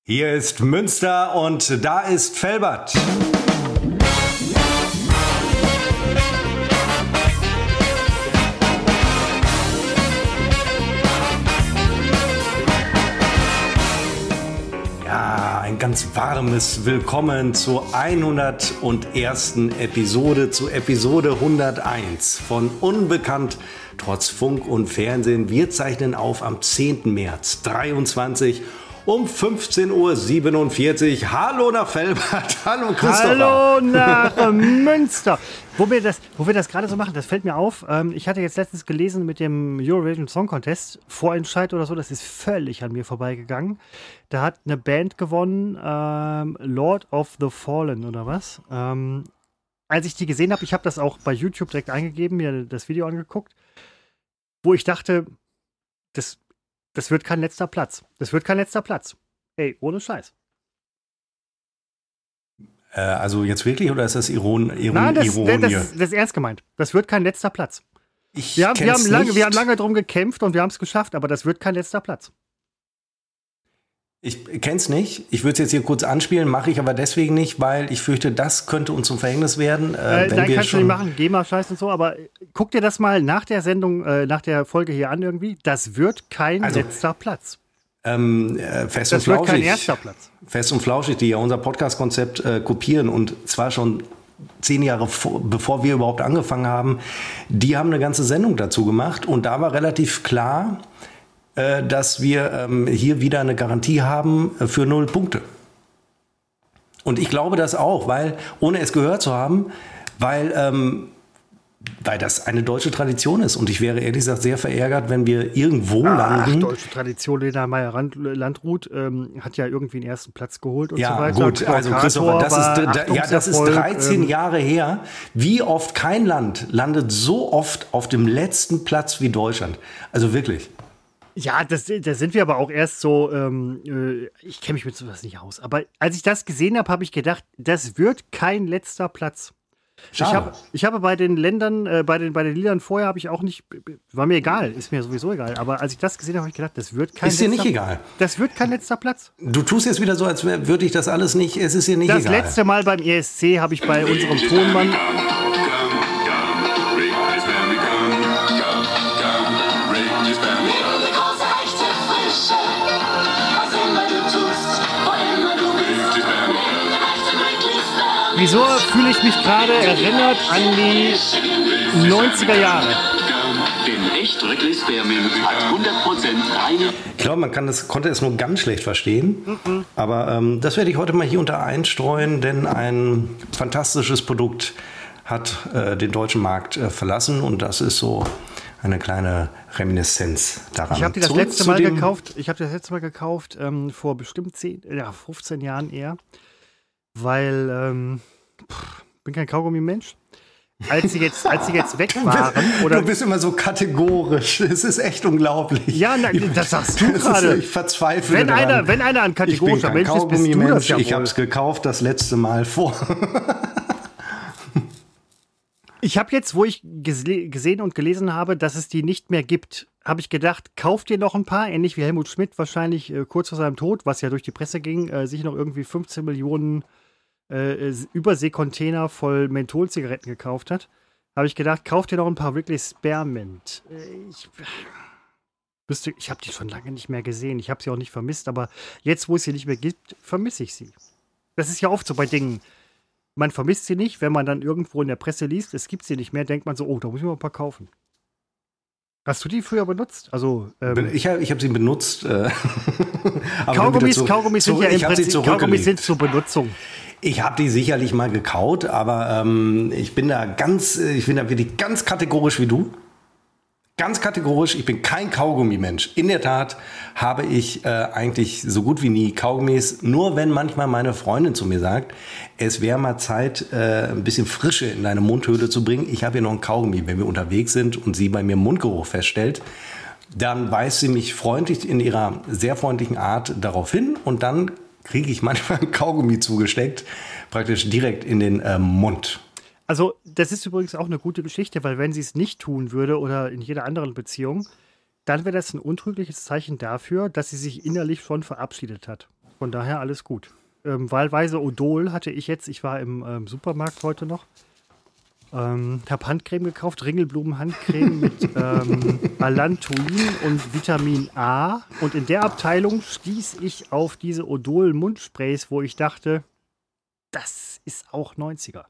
Hier ist Münster und da ist Velbert. Ja, ein ganz warmes Willkommen zur 101. Episode, zu Episode 101 von Unbekannt trotz Funk und Fernsehen. Wir zeichnen auf am 10. März 23 um 15.47 Uhr. Hallo nach Velbert. Hallo Christopher. Hallo nach Münster. Wo wir das gerade so machen, das fällt mir auf. Ich hatte jetzt letztens gelesen mit dem Eurovision Song Contest, Vorentscheid oder so, das ist völlig an mir vorbeigegangen. Da hat eine Band gewonnen, Lord of the Fallen oder was. Als ich die gesehen habe, ich habe das auch bei YouTube direkt eingegeben, mir das Video angeguckt, wo ich dachte, das wird kein letzter Platz. Das wird kein letzter Platz. Ey, ohne Scheiß. Also jetzt wirklich oder ist das Ironie? Nein, das ist ernst gemeint. Das wird kein letzter Platz. Wir haben lange drum gekämpft und wir haben es geschafft, aber das wird kein letzter Platz. Ich kenn's nicht. Ich würde es jetzt hier kurz anspielen, mache ich aber deswegen nicht, weil ich fürchte, das könnte uns zum Verhängnis werden. Nein, kannst du nicht machen, GEMA-Scheiß und so, aber guck dir das mal nach der Sendung, nach der Folge hier an irgendwie. Das wird kein letzter Platz. Fest und das wird kein erster Platz. Fest und Flauschig, die ja unser Podcast-Konzept kopieren und zwar schon 10 Jahre bevor wir überhaupt angefangen haben, die haben eine ganze Sendung dazu gemacht und da war relativ klar, dass wir hier wieder eine Garantie haben für 0 Punkte. Und ich glaube das auch, weil, ohne es gehört zu haben, weil das eine deutsche Tradition ist. Und ich wäre ehrlich gesagt sehr verärgert, wenn wir irgendwo landen. Deutsche Tradition, Lena Meyer-Landrut hat ja irgendwie den ersten Platz geholt und so weiter. Ja, gut, also Christopher, das ist 13 Jahre her. Wie oft kein Land landet so oft auf dem letzten Platz wie Deutschland? Also wirklich. Ja, da sind wir aber auch erst so, ich kenne mich mit sowas nicht aus. Aber als ich das gesehen habe, habe ich gedacht, das wird kein letzter Platz. Ich habe bei den Ländern, bei den Liedern vorher habe ich auch nicht, war mir egal, ist mir sowieso egal. Aber als ich das gesehen habe, habe ich gedacht, das wird kein letzter Platz. Ist dir nicht egal? Das wird kein letzter Platz. Du tust jetzt wieder so, als würde ich das alles nicht, es ist dir nicht egal. Das letzte Mal beim ESC habe ich bei unserem Tonmann... Wieso fühle ich mich gerade erinnert an die 90er Jahre? Ich glaube, man konnte es nur ganz schlecht verstehen. Aber das werde ich heute mal hier unter einstreuen, denn ein fantastisches Produkt hat den deutschen Markt verlassen und das ist so eine kleine Reminiszenz daran. Ich habe das letzte Mal gekauft, vor bestimmt 15 Jahren eher. Weil, bin kein Kaugummi-Mensch. Als sie jetzt weg waren. Du bist immer so kategorisch. Es ist echt unglaublich. Ja, das sagst du gerade. Ich verzweifle daran. Wenn einer ein kategorischer Mensch ist, bist du das ja wohl. Ich habe es gekauft das letzte Mal vor. Ich habe jetzt, wo ich gesehen und gelesen habe, dass es die nicht mehr gibt, habe ich gedacht, kauf dir noch ein paar, ähnlich wie Helmut Schmidt wahrscheinlich kurz vor seinem Tod, was ja durch die Presse ging, sich noch irgendwie 15 Millionen Überseekontainer voll Mentholzigaretten gekauft hat. Habe ich gedacht, kauf dir noch ein paar Wrigley Spearmint. Ich habe die schon lange nicht mehr gesehen. Ich habe sie auch nicht vermisst, aber jetzt, wo es sie nicht mehr gibt, vermisse ich sie. Das ist ja oft so bei Dingen. Man vermisst sie nicht, wenn man dann irgendwo in der Presse liest, es gibt sie nicht mehr, denkt man so, oh, da muss ich mal ein paar kaufen. Hast du die früher benutzt? Also, ich hab sie benutzt. Kaugummis sind ja im Prinzip Kaugummis sind zur Benutzung. Ich habe die sicherlich mal gekaut, aber ich bin da wirklich ganz kategorisch wie du. Ganz kategorisch, ich bin kein Kaugummi-Mensch. In der Tat habe ich eigentlich so gut wie nie Kaugummis, nur wenn manchmal meine Freundin zu mir sagt, es wäre mal Zeit, ein bisschen Frische in deine Mundhöhle zu bringen. Ich habe hier noch ein Kaugummi, wenn wir unterwegs sind und sie bei mir Mundgeruch feststellt. Dann weist sie mich freundlich in ihrer sehr freundlichen Art darauf hin und dann kriege ich manchmal ein Kaugummi zugesteckt, praktisch direkt in den Mund. Also das ist übrigens auch eine gute Geschichte, weil wenn sie es nicht tun würde oder in jeder anderen Beziehung, dann wäre das ein untrügliches Zeichen dafür, dass sie sich innerlich schon verabschiedet hat. Von daher alles gut. Wahlweise Odol hatte ich jetzt. Ich war im Supermarkt heute noch. Habe Handcreme gekauft, Ringelblumen-Handcreme mit Allantoin und Vitamin A. Und in der Abteilung stieß ich auf diese Odol-Mundsprays, wo ich dachte, das ist auch 90er.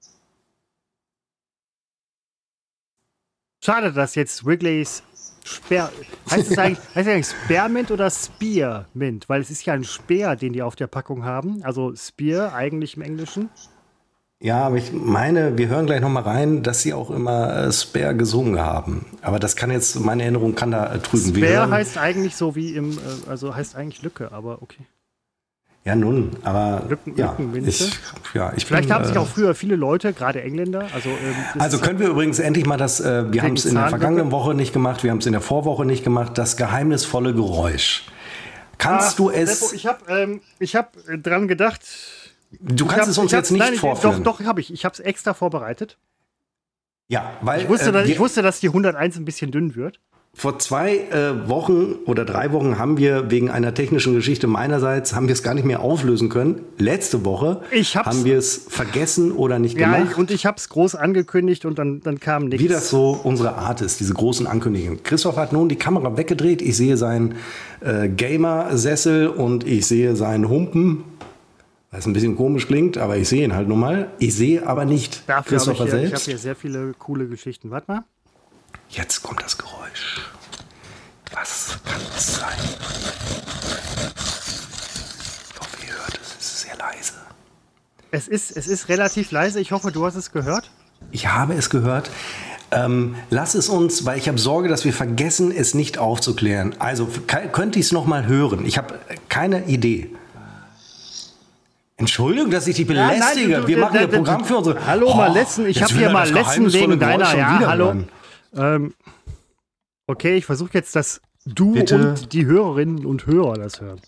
Schade, dass jetzt Wrigley's heißt es eigentlich Spearmint oder Spearmint? Weil es ist ja ein Speer, den die auf der Packung haben. Also Spear eigentlich im Englischen. Ja, aber ich meine, wir hören gleich nochmal rein, dass sie auch immer Spare gesungen haben. Aber das kann jetzt, meine Erinnerung kann da trügen. Spare heißt eigentlich so wie also heißt eigentlich Lücke, aber okay. Ja, nun, aber Lückenminze. Ich Vielleicht haben sich auch früher viele Leute, gerade Engländer, also können wir übrigens endlich mal wir haben es in der vergangenen Woche nicht gemacht, wir haben es in der Vorwoche nicht gemacht, das geheimnisvolle Geräusch. Kannst du es... Seppo, ich hab dran gedacht... Du kannst es uns jetzt nicht vorführen. Doch, habe ich. Ich habe es extra vorbereitet. Ja, weil... Ich wusste, dass die 101 ein bisschen dünn wird. Vor 2 Wochen oder 3 Wochen haben wir wegen einer technischen Geschichte meinerseits, haben wir es gar nicht mehr auflösen können. Letzte Woche haben wir es vergessen oder nicht gemacht. Und ich habe es groß angekündigt und dann kam nichts. Wie das so unsere Art ist, diese großen Ankündigungen. Christoph hat nun die Kamera weggedreht. Ich sehe seinen Gamer-Sessel und ich sehe seinen Humpen. Was ein bisschen komisch klingt, aber ich sehe ihn halt nun mal. Ich sehe aber nicht Christopher selbst. Ich habe hier sehr viele coole Geschichten. Warte mal. Jetzt kommt das Geräusch. Was kann es sein? Ich hoffe, ihr hört es. Es ist sehr leise. Es ist relativ leise. Ich hoffe, du hast es gehört. Ich habe es gehört. Lass es uns, weil ich habe Sorge, dass wir vergessen, es nicht aufzuklären. Also könnte ich es noch mal hören. Ich habe keine Idee. Entschuldigung, dass ich dich belästige. Nein, wir machen ein Programm für unsere... Hallo, Malessen. Ich habe hier Malessen wegen deiner... Ja, hallo. Okay, ich versuche jetzt, dass du und die Hörerinnen und Hörer das hören.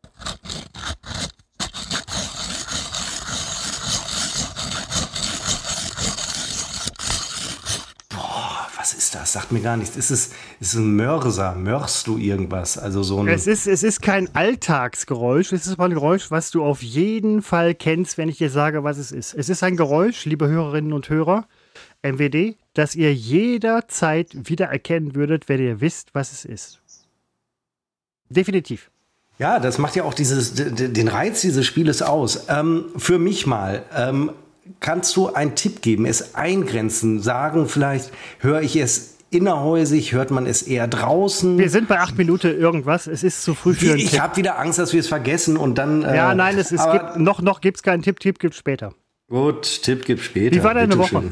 Was ist das? Sagt mir gar nichts. Ist es ein Mörser? Mörst du irgendwas? Also so ein... Es ist kein Alltagsgeräusch. Es ist aber ein Geräusch, was du auf jeden Fall kennst, wenn ich dir sage, was es ist. Es ist ein Geräusch, liebe Hörerinnen und Hörer, MWD, das ihr jederzeit wiedererkennen würdet, wenn ihr wisst, was es ist. Definitiv. Ja, das macht ja auch den Reiz dieses Spieles aus. Für mich mal... kannst du einen Tipp geben, es eingrenzen, sagen vielleicht, höre ich es innerhäusig, hört man es eher draußen? Wir sind bei 8 Minuten irgendwas, es ist zu früh für einen Tipp. Ich habe wieder Angst, dass wir es vergessen und dann... Ja, nein, noch gibt es keinen Tipp, Tipp gibt es später. Gut, Tipp gibt es später. Wie war deine Woche?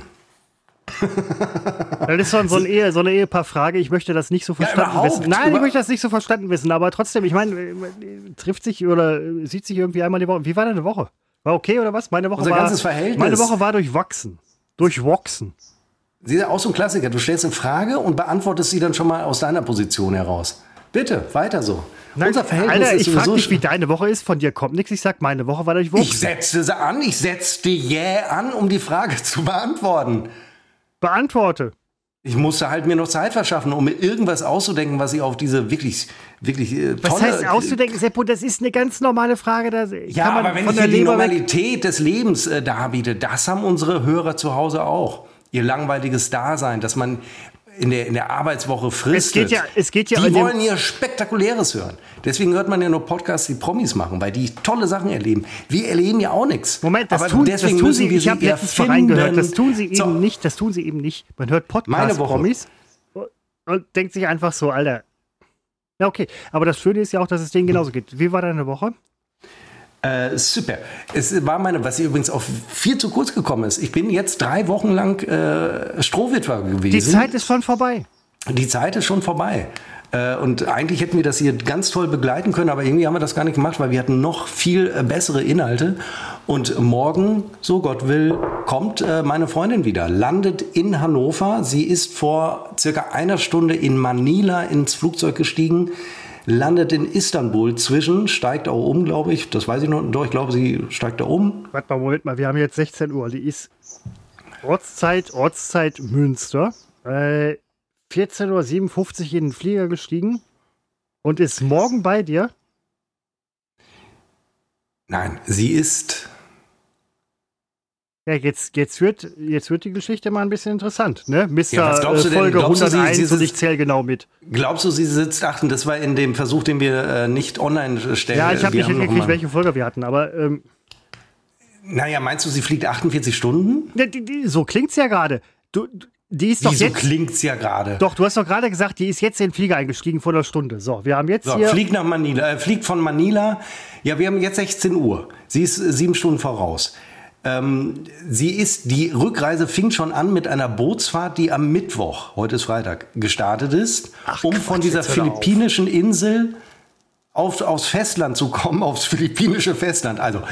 Das ist so eine Ehepaar-Frage, ich möchte das nicht so verstanden wissen. Nein, ich möchte das nicht so verstanden wissen, aber trotzdem, ich meine, trifft sich oder sieht sich irgendwie einmal die Woche. Wie war deine Woche? War okay oder was? Meine Woche war durchwachsen. Durchwachsen. Sie ist auch so ein Klassiker. Du stellst eine Frage und beantwortest sie dann schon mal aus deiner Position heraus. Bitte, weiter so. Nein, unser Verhältnis Alter, ist ich frage dich, wie deine Woche ist. Von dir kommt nichts. Ich sag, meine Woche war durchwachsen. Ich setzte sie an. Ich setzte an, um die Frage zu beantworten. Beantworte. Ich musste halt mir noch Zeit verschaffen, um mir irgendwas auszudenken, was ich auf diese wirklich tolle... Was heißt auszudenken, Seppo? Das ist eine ganz normale Frage. Aber wenn ich dir die Normalität des Lebens darbiete, das haben unsere Hörer zu Hause auch. Ihr langweiliges Dasein, dass man in der Arbeitswoche fristet. Es geht ja die wollen hier Spektakuläres hören. Deswegen hört man ja nur Podcasts, die Promis machen, weil die tolle Sachen erleben. Wir erleben ja auch nichts. Moment, das tun sie. Ich habe letztens mal reingehört. Das tun sie eben nicht. Man hört Podcast-Promis und denkt sich einfach so, Alter. Ja, okay. Aber das Schöne ist ja auch, dass es denen genauso geht. Wie war deine Woche? Super. Es war was übrigens auch viel zu kurz gekommen ist. Ich bin jetzt 3 Wochen lang Strohwitwer gewesen. Die Zeit ist schon vorbei. Die Zeit ist schon vorbei. Und eigentlich hätten wir das hier ganz toll begleiten können, aber irgendwie haben wir das gar nicht gemacht, weil wir hatten noch viel bessere Inhalte. Und morgen, so Gott will, kommt meine Freundin wieder, landet in Hannover. Sie ist vor circa 1 Stunde in Manila ins Flugzeug gestiegen, landet in Istanbul steigt auch um, glaube ich. Das weiß ich noch. Doch, ich glaube, sie steigt da um. Warte mal, Moment mal. Wir haben jetzt 16 Uhr. Die ist Ortszeit Münster. 14:57 Uhr in den Flieger gestiegen und ist morgen bei dir. Nein, sie ist... Ja, jetzt wird die Geschichte mal ein bisschen interessant, ne? Mr. Ja, was glaubst du denn? Folge Glaubst du, 101 und ich zähle genau mit. Glaubst du, sie sitzt, das war in dem Versuch, den wir nicht online stellen. Ja, ich habe nicht mitgekriegt, welche Folge wir hatten, aber... naja, meinst du, sie fliegt 48 Stunden? So klingt's ja gerade. Die ist doch Wieso jetzt... klingt's ja gerade? Doch, du hast doch gerade gesagt, die ist jetzt in den Flieger eingestiegen vor einer Stunde. So, wir haben jetzt hier... Fliegt nach Manila, fliegt von Manila. Ja, wir haben jetzt 16 Uhr. Sie ist 7 Stunden voraus. Die Rückreise fing schon an mit einer Bootsfahrt, die am Mittwoch, heute ist Freitag, gestartet ist, von dieser philippinischen Insel aufs Festland zu kommen, aufs philippinische Festland, also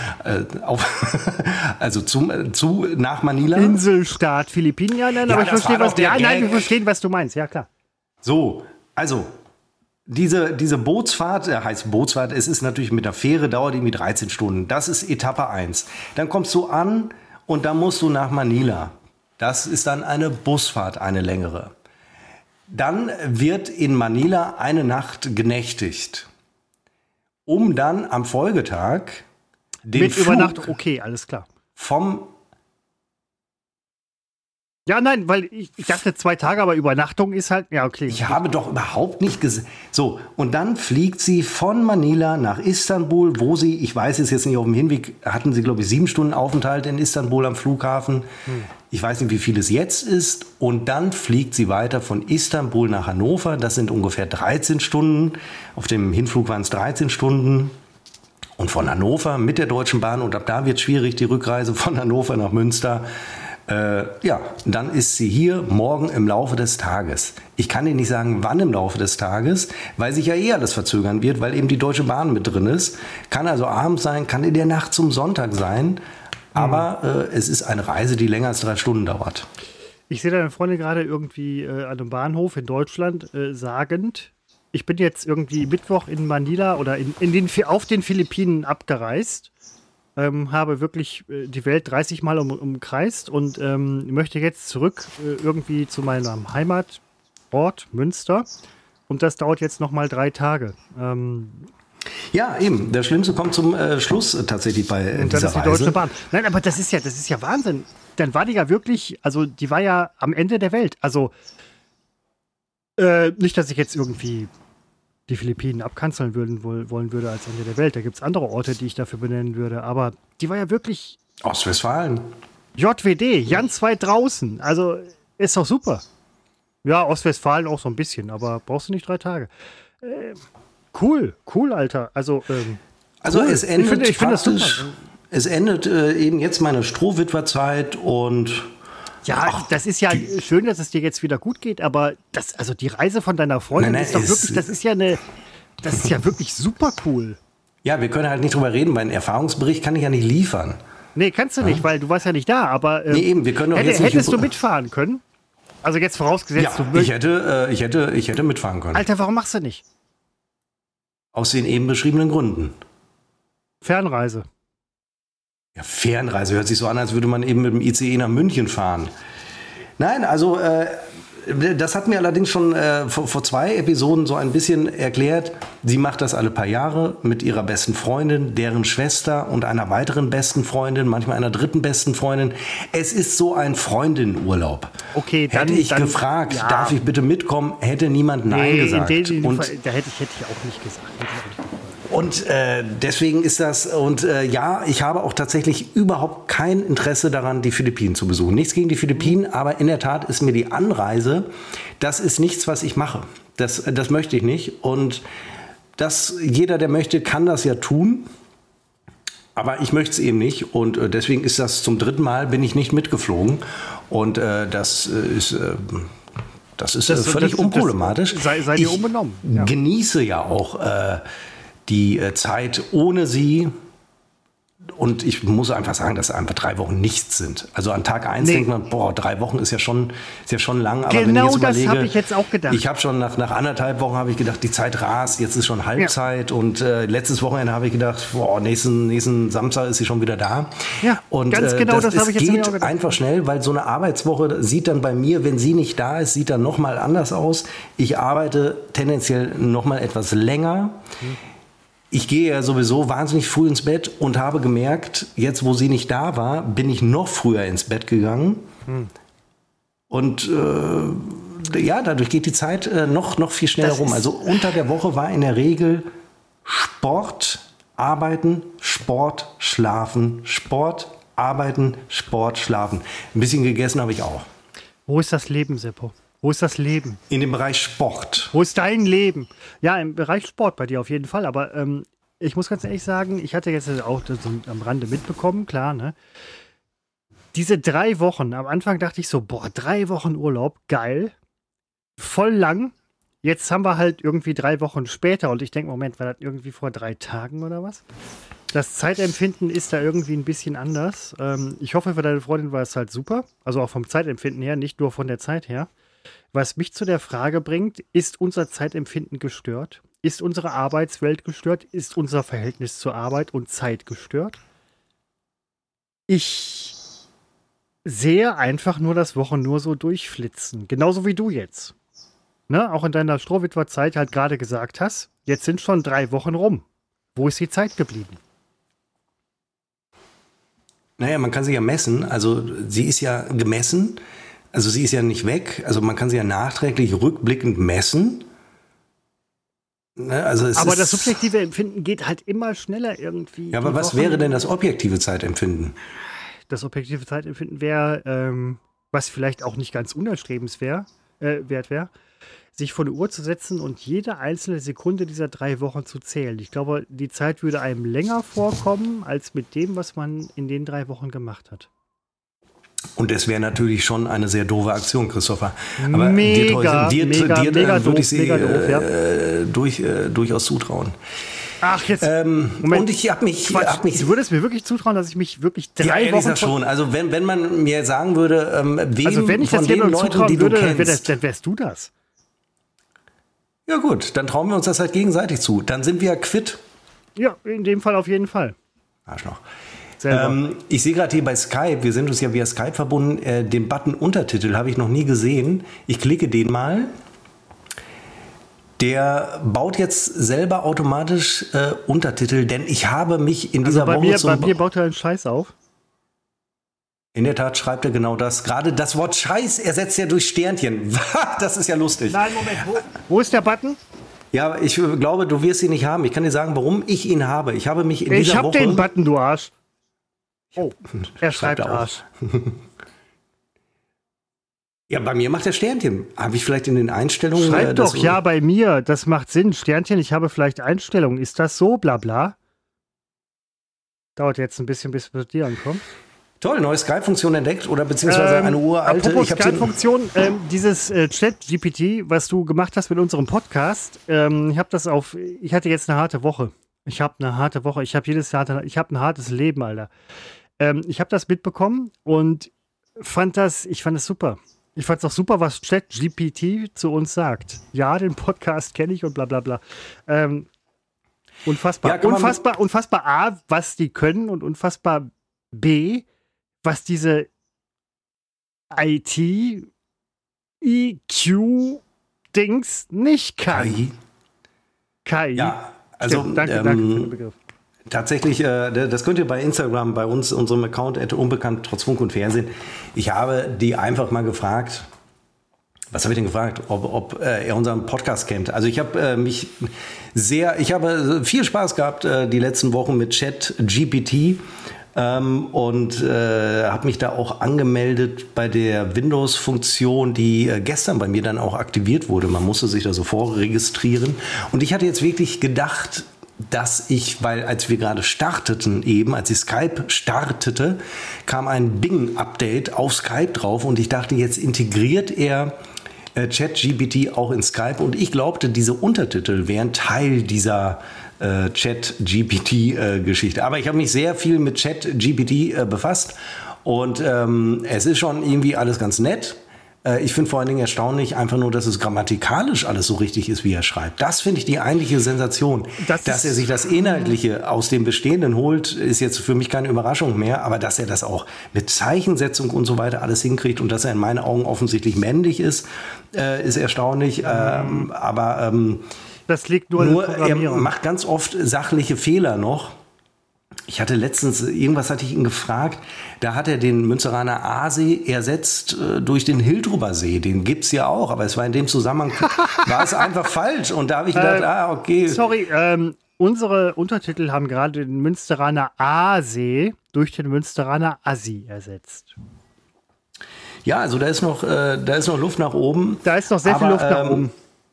nach Manila. Inselstaat Philippinen, ja, nein, aber ich verstehe, wir verstehen, was du meinst, ja klar. So, also diese Bootsfahrt, heißt Bootsfahrt, es ist natürlich mit der Fähre, dauert irgendwie 13 Stunden. Das ist Etappe 1. Dann kommst du an und dann musst du nach Manila. Das ist dann eine Busfahrt, eine längere. Dann wird in Manila eine Nacht genächtigt, um dann am Folgetag den Flug Übernachtung, okay, alles klar. Ja, nein, weil ich dachte 2 Tage, aber Übernachtung ist halt, ja, okay. Ich habe doch überhaupt nicht gesehen. So, und dann fliegt sie von Manila nach Istanbul, wo sie, ich weiß es jetzt nicht, auf dem Hinweg hatten sie, glaube ich, 7 Stunden Aufenthalt in Istanbul am Flughafen. Ich weiß nicht, wie viel es jetzt ist. Und dann fliegt sie weiter von Istanbul nach Hannover. Das sind ungefähr 13 Stunden. Auf dem Hinflug waren es 13 Stunden. Und von Hannover mit der Deutschen Bahn, und ab da wird es schwierig, die Rückreise von Hannover nach Münster. Dann ist sie hier morgen im Laufe des Tages. Ich kann dir nicht sagen, wann im Laufe des Tages, weil sich ja alles verzögern wird, weil eben die Deutsche Bahn mit drin ist. Kann also abends sein, kann in der Nacht zum Sonntag sein. Aber es ist eine Reise, die länger als 3 Stunden dauert. Ich sehe deine Freundin gerade irgendwie an einem Bahnhof in Deutschland sagend, ich bin jetzt irgendwie Mittwoch in Manila oder auf den Philippinen abgereist. Habe wirklich die Welt 30 Mal umkreist und möchte jetzt zurück irgendwie zu meinem Heimatort Münster. Und das dauert jetzt noch mal 3 Tage. Ja, eben. Das Schlimmste kommt zum Schluss tatsächlich bei dieser Reise. Und das ist die Deutsche Bahn. Nein, aber das ist ja Wahnsinn. Dann war die ja wirklich, also die war ja am Ende der Welt. Also nicht, dass ich jetzt irgendwie die Philippinen abkanzeln wollen würde als Ende der Welt. Da gibt es andere Orte, die ich dafür benennen würde. Aber die war ja wirklich... Ostwestfalen. JWD, ganz weit draußen. Also ist doch super. Ja, Ostwestfalen auch so ein bisschen, aber brauchst du nicht 3 Tage. Cool, Alter. Also cool. Es endet ich finde das super. Es endet eben jetzt meine Strohwitwerzeit und... Ja, das ist ja schön, dass es dir jetzt wieder gut geht, aber die Reise von deiner Freundin ist doch wirklich, das ist ja wirklich super cool. Ja, wir können halt nicht drüber reden, weil einen Erfahrungsbericht kann ich ja nicht liefern. Nee, kannst du nicht, weil du warst ja nicht da, aber nee, eben, wir können doch jetzt nicht... Hättest du mitfahren können? Also jetzt vorausgesetzt, ja, ich hätte mitfahren können. Alter, warum machst du nicht? Aus den eben beschriebenen Gründen. Fernreise. Ja, Fernreise hört sich so an, als würde man eben mit dem ICE nach München fahren. Nein, also das hat mir allerdings schon vor 2 Episoden so ein bisschen erklärt. Sie macht das alle paar Jahre mit ihrer besten Freundin, deren Schwester und einer weiteren besten Freundin, manchmal einer dritten besten Freundin. Es ist so ein Freundinnenurlaub. Okay, hätte ich gefragt, ja, darf ich bitte mitkommen, hätte niemand Nein gesagt. Da hätte ich auch nicht gesagt. Und deswegen ist das, und ja, ich habe auch tatsächlich überhaupt kein Interesse daran, die Philippinen zu besuchen. Nichts gegen die Philippinen, aber in der Tat ist mir die Anreise, das ist nichts, was ich mache. Das möchte ich nicht. Und jeder, der möchte, kann das ja tun. Aber ich möchte es eben nicht. Und deswegen ist das zum 3. Mal, bin ich nicht mitgeflogen. Und das ist völlig unproblematisch. Sei dir unbenommen. Ja. Genieße ja auch die Zeit ohne sie. Und ich muss einfach sagen, dass einfach 3 Wochen nichts sind. Also an Tag 1 denkt man, 3 Wochen ist ja schon lang. Aber genau, wenn das habe ich jetzt auch gedacht. Ich habe schon nach 1,5 Wochen habe ich gedacht, die Zeit rast, jetzt ist schon Halbzeit. Ja. Und letztes Wochenende habe ich gedacht, nächsten Samstag ist sie schon wieder da. Ja, und ganz genau, das habe ich jetzt auch gedacht. Es geht einfach schnell, weil so eine Arbeitswoche sieht dann bei mir, wenn sie nicht da ist, sieht dann nochmal anders aus. Ich arbeite tendenziell nochmal etwas länger. ich gehe ja sowieso wahnsinnig früh ins Bett und habe gemerkt, jetzt wo sie nicht da war, bin ich noch früher ins Bett gegangen. Und ja, dadurch geht die Zeit noch viel schneller rum. Also unter der Woche war in der Regel Sport, Arbeiten, Sport, Schlafen, Sport, Arbeiten, Sport, Schlafen. Ein bisschen gegessen habe ich auch. Wo ist das Leben, Seppo? Wo ist das Leben? In dem Bereich Sport. Wo ist dein Leben? Ja, im Bereich Sport bei dir auf jeden Fall. Aber ich muss ganz ehrlich sagen, ich hatte jetzt auch das so am Rande mitbekommen, klar, ne? Diese 3 Wochen, am Anfang dachte ich so, 3 Wochen Urlaub, geil, voll lang. Jetzt haben wir halt irgendwie 3 Wochen später und ich denke, Moment, war das irgendwie vor 3 Tagen oder was? Das Zeitempfinden ist da irgendwie ein bisschen anders. Ich hoffe, für deine Freundin war es halt super. Also auch vom Zeitempfinden her, nicht nur von der Zeit her. Was mich zu der Frage bringt, ist unser Zeitempfinden gestört? Ist unsere Arbeitswelt gestört? Ist unser Verhältnis zur Arbeit und Zeit gestört? Ich sehe einfach nur das Wochen nur so durchflitzen. Genauso wie du jetzt. Ne? Auch in deiner Strohwitwer-Zeit halt gerade gesagt hast, jetzt sind schon 3 Wochen rum. Wo ist die Zeit geblieben? Naja, man kann sie ja messen. Also sie ist ja gemessen. Also sie ist ja nicht weg. Also man kann sie ja nachträglich rückblickend messen. Ne? Also aber das subjektive Empfinden geht halt immer schneller irgendwie. Ja, aber was wäre denn das objektive Zeitempfinden? Das objektive Zeitempfinden wäre, was vielleicht auch nicht ganz unerstrebenswert wäre, sich vor die Uhr zu setzen und jede einzelne Sekunde dieser 3 Wochen zu zählen. Ich glaube, die Zeit würde einem länger vorkommen, als mit dem, was man in den 3 Wochen gemacht hat. Und das wäre natürlich schon eine sehr doofe Aktion, Christopher. Aber mega würde ich sie doof, durchaus zutrauen. Ach, jetzt. Moment. Und ich habe mich. Du würdest mir wirklich zutrauen, dass ich mich wirklich 3 Wochen. Ja, schon. Also wenn man mir sagen würde, wenn ich von den Leuten, die du kennst, dann wärst du das. Ja gut, dann trauen wir uns das halt gegenseitig zu. Dann sind wir quitt. Ja, in dem Fall auf jeden Fall. Arschloch. Ich sehe gerade hier bei Skype, wir sind uns ja via Skype verbunden, den Button Untertitel habe ich noch nie gesehen. Ich klicke den mal. Der baut jetzt selber automatisch Untertitel, denn ich habe mich in dieser Woche... Bei mir baut er einen Scheiß auf. In der Tat schreibt er genau das. Gerade das Wort Scheiß ersetzt er durch Sternchen. Das ist ja lustig. Nein, Moment. Wo ist der Button? Ja, ich glaube, du wirst ihn nicht haben. Ich kann dir sagen, warum ich ihn habe. Ich habe mich in dieser Woche... Ich habe den Button, du Arsch. Oh, er schreibt Arsch. Ja, bei mir macht er Sternchen. Habe ich vielleicht in den Einstellungen... Schreib doch, ja, bei mir. Das macht Sinn. Sternchen, ich habe vielleicht Einstellungen. Ist das so? Blabla. Dauert jetzt ein bisschen, bis es bei dir ankommt. Toll, neue Skype-Funktion entdeckt oder beziehungsweise eine uralte... Apropos Skype-Funktion, dieses Chat-GPT, was du gemacht hast mit unserem Podcast, ich hatte jetzt eine harte Woche. Ich habe ein hartes Leben, Alter. Ich habe das mitbekommen und fand das super. Ich fand es auch super, was ChatGPT zu uns sagt. Ja, den Podcast kenne ich und bla bla bla. Unfassbar. Ja, unfassbar A, was die können und unfassbar B, was diese IT-IQ-Dings nicht kann. KI. Ja, also danke für den Begriff. Tatsächlich, das könnt ihr bei Instagram, bei uns, unserem Account »unbekannt trotz Funk und Fernsehen«. Ich habe die einfach mal gefragt, was habe ich denn gefragt, ob er unseren Podcast kennt. Also ich habe viel Spaß gehabt die letzten Wochen mit ChatGPT und habe mich da auch angemeldet bei der Windows-Funktion, die gestern bei mir dann auch aktiviert wurde. Man musste sich da so vorregistrieren. Und ich hatte jetzt wirklich gedacht, dass weil als wir gerade starteten als ich Skype startete, kam ein Bing-Update auf Skype drauf und ich dachte, jetzt integriert er ChatGPT auch in Skype und ich glaubte, diese Untertitel wären Teil dieser ChatGPT-Geschichte. Aber ich habe mich sehr viel mit ChatGPT befasst und es ist schon irgendwie alles ganz nett. Ich finde vor allen Dingen erstaunlich einfach nur, dass es grammatikalisch alles so richtig ist, wie er schreibt. Das finde ich die eigentliche Sensation. Dass er sich das Inhaltliche aus dem Bestehenden holt, ist jetzt für mich keine Überraschung mehr. Aber dass er das auch mit Zeichensetzung und so weiter alles hinkriegt und dass er in meinen Augen offensichtlich männlich ist, ist erstaunlich. Das liegt nur an den Er Programmierern. macht ganz oft sachliche Fehler noch. Ich hatte letztens, irgendwas hatte ich ihn gefragt, da hat er den Münsteraner Aasee ersetzt durch den Hildruber See. Den gibt's ja auch, aber es war in dem Zusammenhang, war es einfach falsch. Und da habe ich gedacht, okay. Sorry, unsere Untertitel haben gerade den Münsteraner Aasee durch den Münsteraner Assi ersetzt. Ja, also da ist noch Luft nach oben. Da ist noch sehr viel Luft nach oben.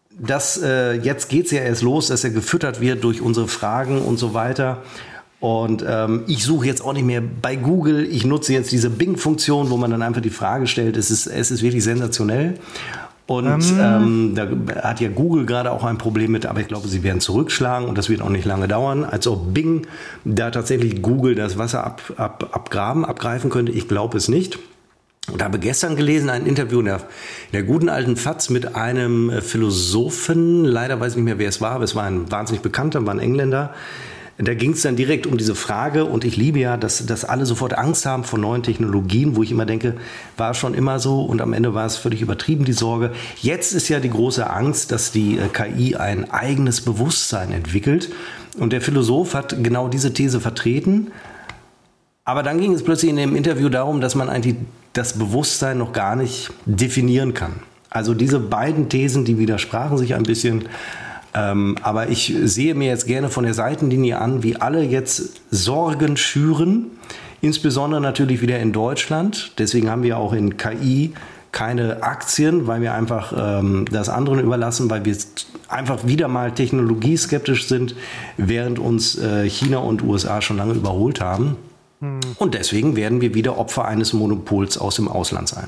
Jetzt geht's ja erst los, dass er gefüttert wird durch unsere Fragen und so weiter. Und ich suche jetzt auch nicht mehr bei Google. Ich nutze jetzt diese Bing-Funktion, wo man dann einfach die Frage stellt. Es ist wirklich sensationell. Und da hat ja Google gerade auch ein Problem mit, aber ich glaube, sie werden zurückschlagen und das wird auch nicht lange dauern. Als ob Bing da tatsächlich Google das Wasser abgreifen könnte. Ich glaube es nicht. Und habe gestern gelesen, ein Interview in der guten alten FAZ mit einem Philosophen. Leider weiß ich nicht mehr, wer es war, aber es war ein wahnsinnig bekannter, war ein Engländer. Da ging es dann direkt um diese Frage und ich liebe ja, dass alle sofort Angst haben vor neuen Technologien, wo ich immer denke, war schon immer so und am Ende war es völlig übertrieben, die Sorge. Jetzt ist ja die große Angst, dass die KI ein eigenes Bewusstsein entwickelt und der Philosoph hat genau diese These vertreten. Aber dann ging es plötzlich in dem Interview darum, dass man eigentlich das Bewusstsein noch gar nicht definieren kann. Also diese beiden Thesen, die widersprachen sich ein bisschen. Aber ich sehe mir jetzt gerne von der Seitenlinie an, wie alle jetzt Sorgen schüren, insbesondere natürlich wieder in Deutschland. Deswegen haben wir auch in KI keine Aktien, weil wir einfach das anderen überlassen, weil wir einfach wieder mal technologieskeptisch sind, während uns China und USA schon lange überholt haben. Und deswegen werden wir wieder Opfer eines Monopols aus dem Ausland sein.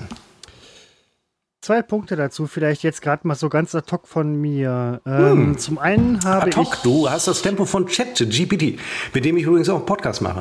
2 Punkte dazu, vielleicht jetzt gerade mal so ganz ad hoc von mir. Zum einen habe ad hoc, du hast das Tempo von ChatGPT, mit dem ich übrigens auch einen Podcast mache.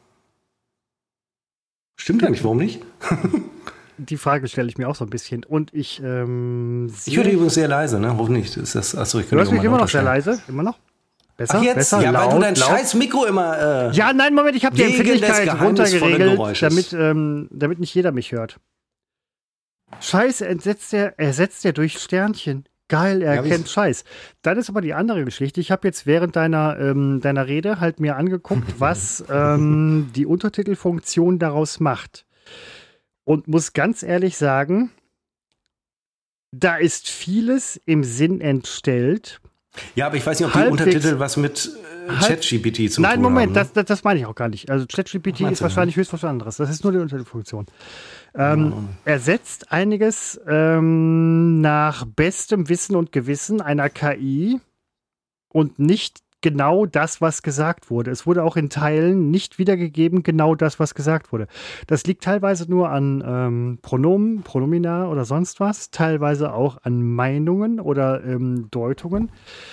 Stimmt ja nicht, warum nicht? Die Frage stelle ich mir auch so ein bisschen. Und ich höre übrigens sehr leise, ne? Hoffentlich ist das. Achso, ich kann du hörst mich immer noch sehr leise? Immer noch? Besser? Ach jetzt? Besser? Ja, laut, weil du dein laut. scheiß Mikro immer. Ja, nein, Moment, ich habe die Empfindlichkeit runtergeregelt, Geräusches. damit nicht jeder mich hört. Scheiße, ersetzt er durch Sternchen. Geil, er erkennt Scheiß. Dann ist aber die andere Geschichte. Ich habe jetzt während deiner Rede halt mir angeguckt, was die Untertitelfunktion daraus macht. Und muss ganz ehrlich sagen, da ist vieles im Sinn entstellt. Ja, aber ich weiß nicht, ob die Untertitel was mit ChatGPT zu tun haben. Nein, Moment, das meine ich auch gar nicht. Also ChatGPT ist wahrscheinlich höchst was anderes. Das ist nur die Untertitelfunktion. Ersetzt einiges nach bestem Wissen und Gewissen einer KI und nicht genau das, was gesagt wurde. Es wurde auch in Teilen nicht wiedergegeben, genau das, was gesagt wurde. Das liegt teilweise nur an Pronomen, Pronomina oder sonst was, teilweise auch an Meinungen oder Deutungen.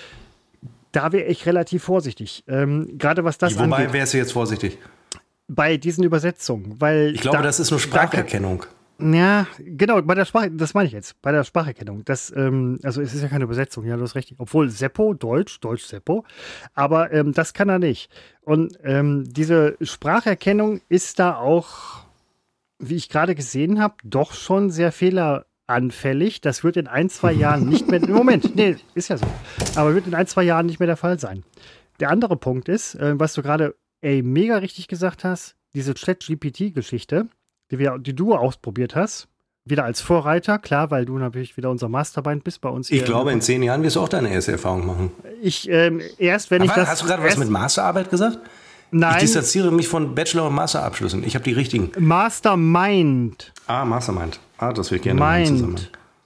Da wäre ich relativ vorsichtig. Gerade was das angeht. Wobei wärst du jetzt vorsichtig? Bei diesen Übersetzungen. Weil ich glaube, das ist nur Spracherkennung. Ja, genau, bei der Sprache, das meine ich jetzt, bei der Spracherkennung. Also es ist ja keine Übersetzung, ja, du hast recht. Obwohl Seppo, Deutsch Seppo, aber das kann er nicht. Und diese Spracherkennung ist da auch, wie ich gerade gesehen habe, doch schon sehr fehleranfällig. Das wird in 1-2 Jahren nicht mehr, Moment, nee, ist ja so, aber wird in 1-2 Jahren nicht mehr der Fall sein. Der andere Punkt ist, was du gerade mega richtig gesagt hast, diese ChatGPT-Geschichte, die du ausprobiert hast, wieder als Vorreiter, klar, weil du natürlich wieder unser Mastermind bist bei uns hier. Ich glaube, in 10 Jahren wirst du auch deine erste Erfahrung machen. Hast du gerade was mit Masterarbeit gesagt? Nein. Ich distanziere mich von Bachelor- und Masterabschlüssen. Ich habe die richtigen. Mastermind. Mastermind. Das will ich gerne zusammen.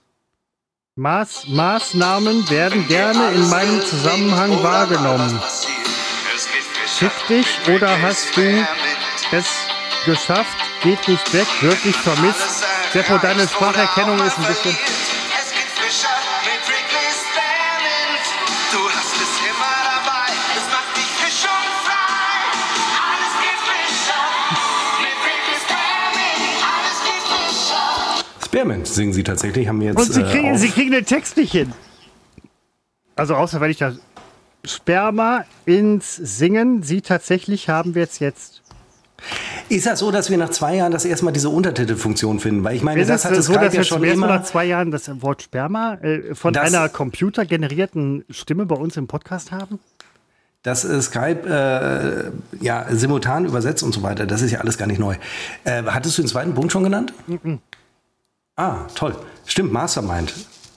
Maßnahmen werden gerne in meinem Zusammenhang wahrgenommen. Fick dich oder hast du es geschafft? Geht nicht weg, wirklich vermisst. Seppo, deine Spracherkennung ist ein bisschen... Es geht frischer mit Wrigley Spanning. Du hast es immer dabei, es macht dich frisch und frei. Alles geht frischer mit Wrigley Spanning. Alles geht frischer. Spearmint singen sie tatsächlich, haben wir jetzt. Und sie kriegen den Text nicht hin. Also außer wenn ich da Sperma ins Singen, sie tatsächlich haben wir jetzt. Ist das so, dass wir nach 2 Jahren das erstmal diese Untertitelfunktion finden? Weil ich meine, Ist das es hat so, Skype dass ja wir schon zum ersten Mal immer. nach 2 Jahren das Wort Sperma von Das- einer computergenerierten Stimme bei uns im Podcast haben? Dass Skype simultan übersetzt und so weiter, das ist ja alles gar nicht neu. Hattest du den zweiten Punkt schon genannt? Ah, toll. Stimmt, Mastermind.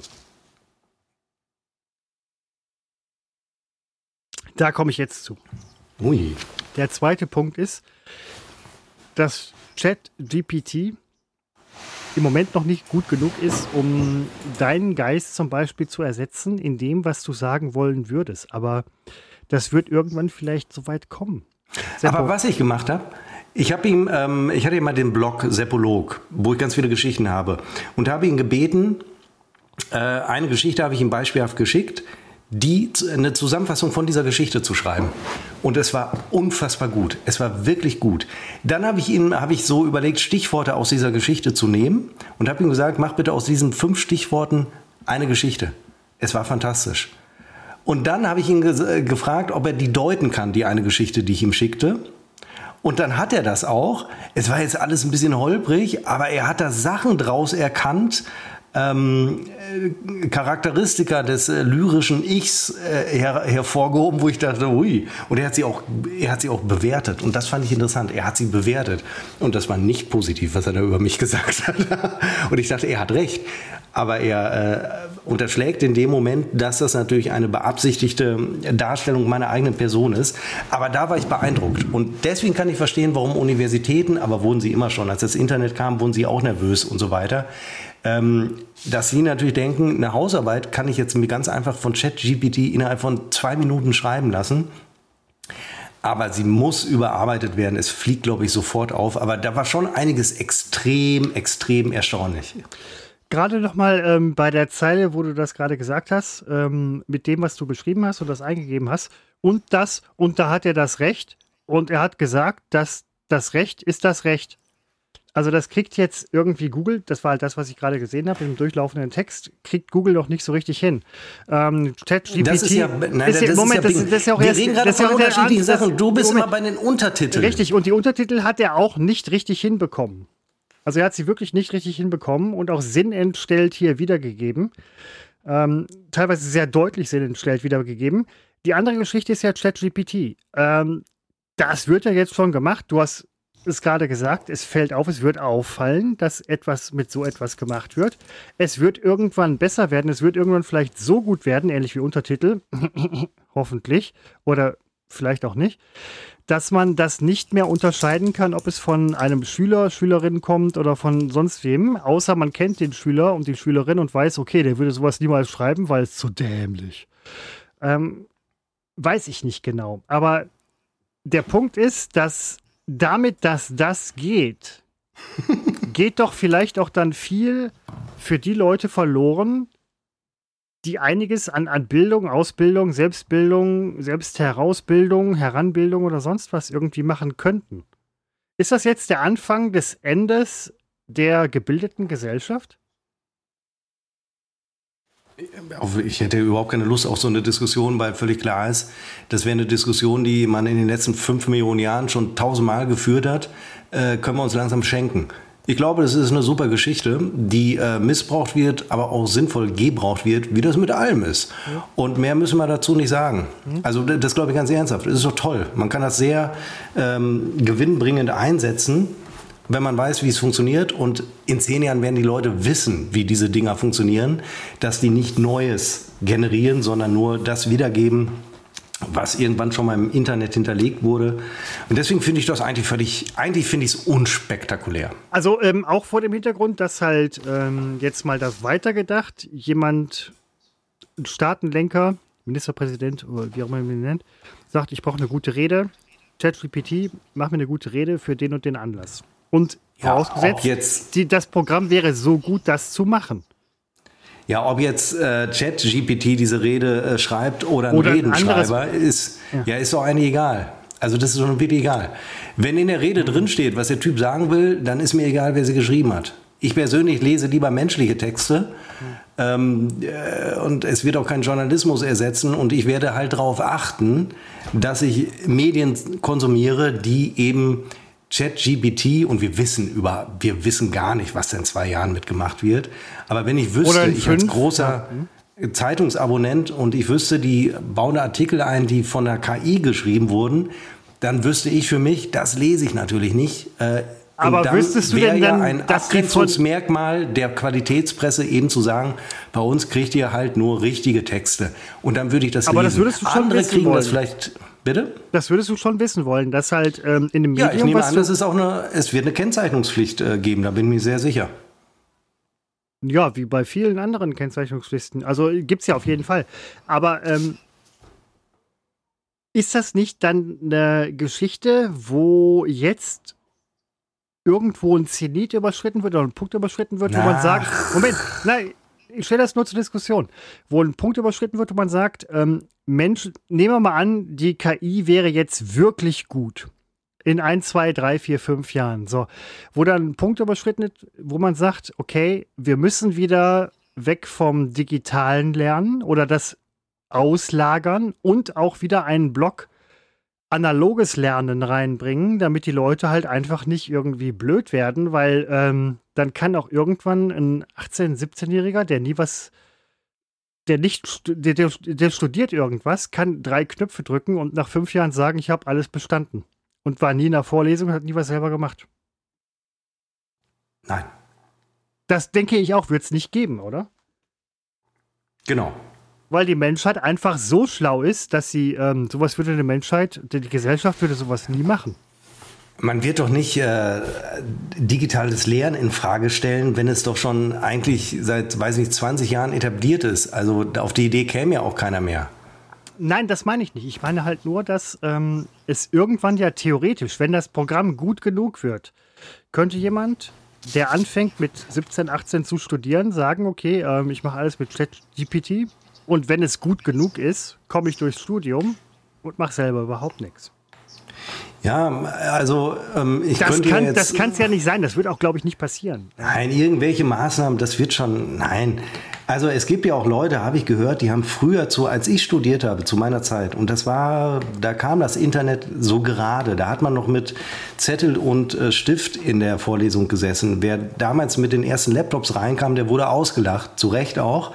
Da komme ich jetzt zu. Ui. Der zweite Punkt ist, dass ChatGPT im Moment noch nicht gut genug ist, um deinen Geist zum Beispiel zu ersetzen in dem, was du sagen wollen würdest. Aber das wird irgendwann vielleicht so weit kommen. Seppo, Aber was ich gemacht habe, ich hatte ja mal den Blog Seppolog, wo ich ganz viele Geschichten habe. Und habe ihn gebeten, eine Geschichte habe ich ihm beispielhaft geschickt, eine Zusammenfassung von dieser Geschichte zu schreiben. Und es war unfassbar gut. Es war wirklich gut. Dann habe ich so überlegt, Stichworte aus dieser Geschichte zu nehmen und habe ihm gesagt, mach bitte aus diesen 5 Stichworten eine Geschichte. Es war fantastisch. Und dann habe ich ihn gefragt, ob er die deuten kann, die eine Geschichte, die ich ihm schickte. Und dann hat er das auch. Es war jetzt alles ein bisschen holprig, aber er hat da Sachen draus erkannt, Charakteristika des lyrischen Ichs hervorgehoben, wo ich dachte, ui. Und er hat sie auch bewertet. Und das fand ich interessant. Er hat sie bewertet. Und das war nicht positiv, was er da über mich gesagt hat. Und ich dachte, er hat recht. Aber er unterschlägt in dem Moment, dass das natürlich eine beabsichtigte Darstellung meiner eigenen Person ist. Aber da war ich beeindruckt. Und deswegen kann ich verstehen, warum Universitäten, aber wurden sie immer schon, als das Internet kam, wurden sie auch nervös und so weiter. Dass sie natürlich denken, eine Hausarbeit kann ich jetzt mir ganz einfach von ChatGPT innerhalb von 2 Minuten schreiben lassen. Aber sie muss überarbeitet werden. Es fliegt, glaube ich, sofort auf. Aber da war schon einiges extrem, extrem erstaunlich. gerade noch mal bei der Zeile, wo du das gerade gesagt hast, mit dem, was du geschrieben hast und das eingegeben hast, und da hat er das Recht, und er hat gesagt, dass das Recht ist das Recht. Also das kriegt jetzt irgendwie Google, das war halt das, was ich gerade gesehen habe, im durchlaufenden Text, kriegt Google noch nicht so richtig hin. ChatGPT Das ist ja, nein, ist ja, Moment, das ist ja auch wir erst, reden gerade das ist ja von auch der unterschiedlichen Angst, Sachen. Du bist Moment, immer bei den Untertiteln. richtig, und die Untertitel hat er auch nicht richtig hinbekommen. Also er hat sie wirklich nicht richtig hinbekommen und auch sinnentstellt hier wiedergegeben. Teilweise sehr deutlich sinnentstellt wiedergegeben. Die andere Geschichte ist ja ChatGPT. Das wird ja jetzt schon gemacht. Du hast es gerade gesagt, es fällt auf, es wird auffallen, dass etwas mit so etwas gemacht wird. Es wird irgendwann besser werden, es wird irgendwann vielleicht so gut werden, ähnlich wie Untertitel, hoffentlich, oder vielleicht auch nicht, dass man das nicht mehr unterscheiden kann, ob es von einem Schüler, Schülerin kommt oder von sonst wem, außer man kennt den Schüler und die Schülerin und weiß, okay, der würde sowas niemals schreiben, weil es zu dämlich. Weiß ich nicht genau, aber der Punkt ist, dass damit, dass das geht doch vielleicht auch dann viel für die Leute verloren, die einiges an Bildung, Ausbildung, Selbstbildung, Selbstherausbildung, Heranbildung oder sonst was irgendwie machen könnten. Ist das jetzt der Anfang des Endes der gebildeten Gesellschaft? Ich hätte überhaupt keine Lust auf so eine Diskussion, weil völlig klar ist, das wäre eine Diskussion, die man in den letzten 5 Millionen Jahren schon 1000-mal geführt hat, können wir uns langsam schenken. Ich glaube, das ist eine super Geschichte, die missbraucht wird, aber auch sinnvoll gebraucht wird, wie das mit allem ist. Ja. Und mehr müssen wir dazu nicht sagen. Also das glaube ich ganz ernsthaft. Das ist doch toll. Man kann das sehr gewinnbringend einsetzen, wenn man weiß, wie es funktioniert. Und in 10 Jahren werden die Leute wissen, wie diese Dinger funktionieren, dass die nicht Neues generieren, sondern nur das wiedergeben, was irgendwann schon mal im Internet hinterlegt wurde. Und deswegen finde ich das eigentlich finde ich es unspektakulär. Also auch vor dem Hintergrund, dass halt jetzt mal das weitergedacht, jemand, ein Staatenlenker, Ministerpräsident oder wie auch immer man ihn nennt, sagt, ich brauche eine gute Rede. ChatGPT, mach mir eine gute Rede für den und den Anlass. Und vorausgesetzt, das Programm wäre so gut, das zu machen. Ja, ob jetzt ChatGPT diese Rede schreibt oder ein Redenschreiber, ist doch eigentlich egal. Also das ist schon wirklich egal. Wenn in der Rede drinsteht, was der Typ sagen will, dann ist mir egal, wer sie geschrieben hat. Ich persönlich lese lieber menschliche Texte und es wird auch keinen Journalismus ersetzen und ich werde halt darauf achten, dass ich Medien konsumiere, die eben ChatGPT und wir wissen gar nicht, was in 2 Jahren mitgemacht wird. Aber wenn ich Oder wüsste, in ich als 5, großer Zeitungsabonnent und ich wüsste, die bauen Artikel ein, die von der KI geschrieben wurden, dann wüsste ich für mich, das lese ich natürlich nicht. Aber und dann wüsstest du wäre denn ja dann, ein dass die Abgrenzungsmerkmal der Qualitätspresse eben zu sagen, bei uns kriegt ihr halt nur richtige Texte. Und dann würde ich das Aber lesen. das würdest du schon Andere wissen kriegen wollen. das vielleicht. Bitte? Das würdest du schon wissen wollen, dass halt in dem Medium Ja, ich nehme was an, es wird eine Kennzeichnungspflicht geben, da bin ich mir sehr sicher. ja, wie bei vielen anderen Kennzeichnungslisten. Also gibt's ja auf jeden Fall. Aber ist das nicht dann eine Geschichte, wo jetzt irgendwo ein Zenit überschritten wird oder ein Punkt überschritten wird, wo man sagt, Moment, nein, ich stelle das nur zur Diskussion, wo ein Punkt überschritten wird, wo man sagt, Mensch, nehmen wir mal an, die KI wäre jetzt wirklich gut. In 1, 2, 3, 4, 5 Jahren. So, wo dann ein Punkt überschritten ist, wo man sagt, okay, wir müssen wieder weg vom Digitalen lernen oder das auslagern und auch wieder einen Block analoges Lernen reinbringen, damit die Leute halt einfach nicht irgendwie blöd werden, weil dann kann auch irgendwann ein 18-, 17-Jähriger, der studiert irgendwas, kann 3 Knöpfe drücken und nach 5 Jahren sagen, ich habe alles bestanden. Und war nie in der Vorlesung und hat nie was selber gemacht. Nein. Das denke ich auch, wird es nicht geben, oder? Genau. Weil die Menschheit einfach so schlau ist, dass sie sowas würde die Gesellschaft würde sowas nie machen. Man wird doch nicht digitales Lernen in Frage stellen, wenn es doch schon eigentlich seit, weiß nicht, 20 Jahren etabliert ist. Also auf die Idee käme ja auch keiner mehr. Nein, das meine ich nicht. Ich meine halt nur, dass es irgendwann ja theoretisch, wenn das Programm gut genug wird, könnte jemand, der anfängt mit 17, 18 zu studieren, sagen, okay, ich mache alles mit ChatGPT und wenn es gut genug ist, komme ich durchs Studium und mache selber überhaupt nichts. Ja, also Das kann es ja nicht sein. Das wird auch, glaube ich, nicht passieren. Nein, irgendwelche Maßnahmen, das wird schon, nein. Also es gibt ja auch Leute, habe ich gehört, die haben früher, als ich studiert habe, zu meiner Zeit, und da kam das Internet so gerade, da hat man noch mit Zettel und Stift in der Vorlesung gesessen. Wer damals mit den ersten Laptops reinkam, der wurde ausgelacht, zu Recht auch.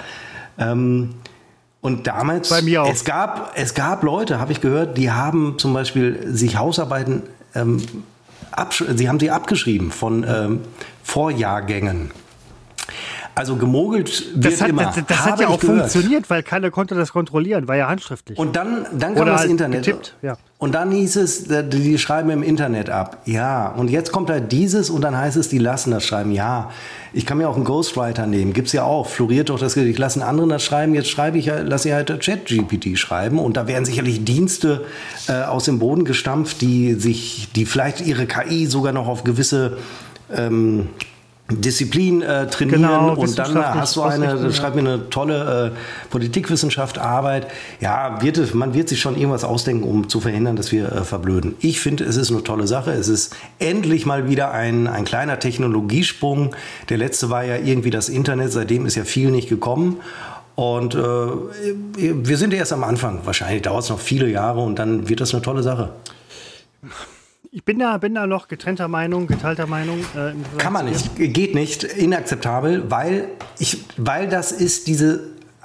Und damals, bei mir auch. es gab Leute, habe ich gehört, die haben zum Beispiel sich Hausarbeiten, sie haben sie abgeschrieben von Vorjahrgängen. Also gemogelt wird immer. Das hat ja auch funktioniert, weil keiner konnte das kontrollieren, war ja handschriftlich. Und dann kam Oder das halt Internet. getippt, ja. Und dann hieß es, die schreiben im Internet ab. Ja, und jetzt kommt halt dieses und dann heißt es, die lassen das schreiben. Ja, ich kann mir auch einen Ghostwriter nehmen. Gibt's ja auch. Floriert doch das, ich lasse einen anderen das schreiben. Jetzt lasse ich halt ChatGPT schreiben. Und da werden sicherlich Dienste aus dem Boden gestampft, die vielleicht ihre KI sogar noch auf gewisse Disziplin trainieren, genau, und dann hast du schreib mir eine tolle Politikwissenschaft-Arbeit. Ja, man wird sich schon irgendwas ausdenken, um zu verhindern, dass wir verblöden. Ich finde, es ist eine tolle Sache. Es ist endlich mal wieder ein kleiner Technologiesprung. Der letzte war ja irgendwie das Internet. Seitdem ist ja viel nicht gekommen. Und wir sind erst am Anfang. Wahrscheinlich dauert es noch viele Jahre und dann wird das eine tolle Sache. Ich bin da noch geteilter Meinung. Kann man nicht, geht nicht, inakzeptabel, weil das ist diese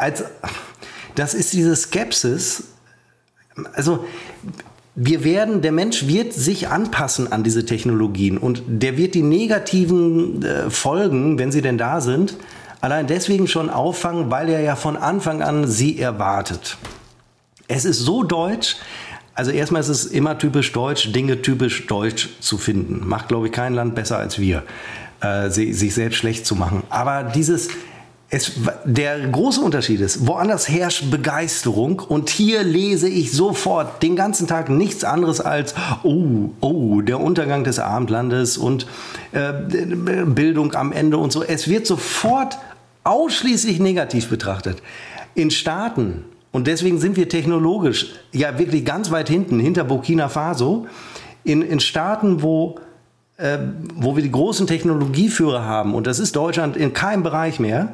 Skepsis. Also der Mensch wird sich anpassen an diese Technologien und der wird die negativen Folgen, wenn sie denn da sind, allein deswegen schon auffangen, weil er ja von Anfang an sie erwartet. Es ist so deutsch. Also erstmal ist es immer typisch deutsch, Dinge typisch deutsch zu finden. Macht, glaube ich, kein Land besser als wir, sich selbst schlecht zu machen. Aber der große Unterschied ist, woanders herrscht Begeisterung und hier lese ich sofort den ganzen Tag nichts anderes als der Untergang des Abendlandes und Bildung am Ende und so. Es wird sofort ausschließlich negativ betrachtet. In Staaten, und deswegen sind wir technologisch ja wirklich ganz weit hinter Burkina Faso, in Staaten, wo wir die großen Technologieführer haben, und das ist Deutschland in keinem Bereich mehr,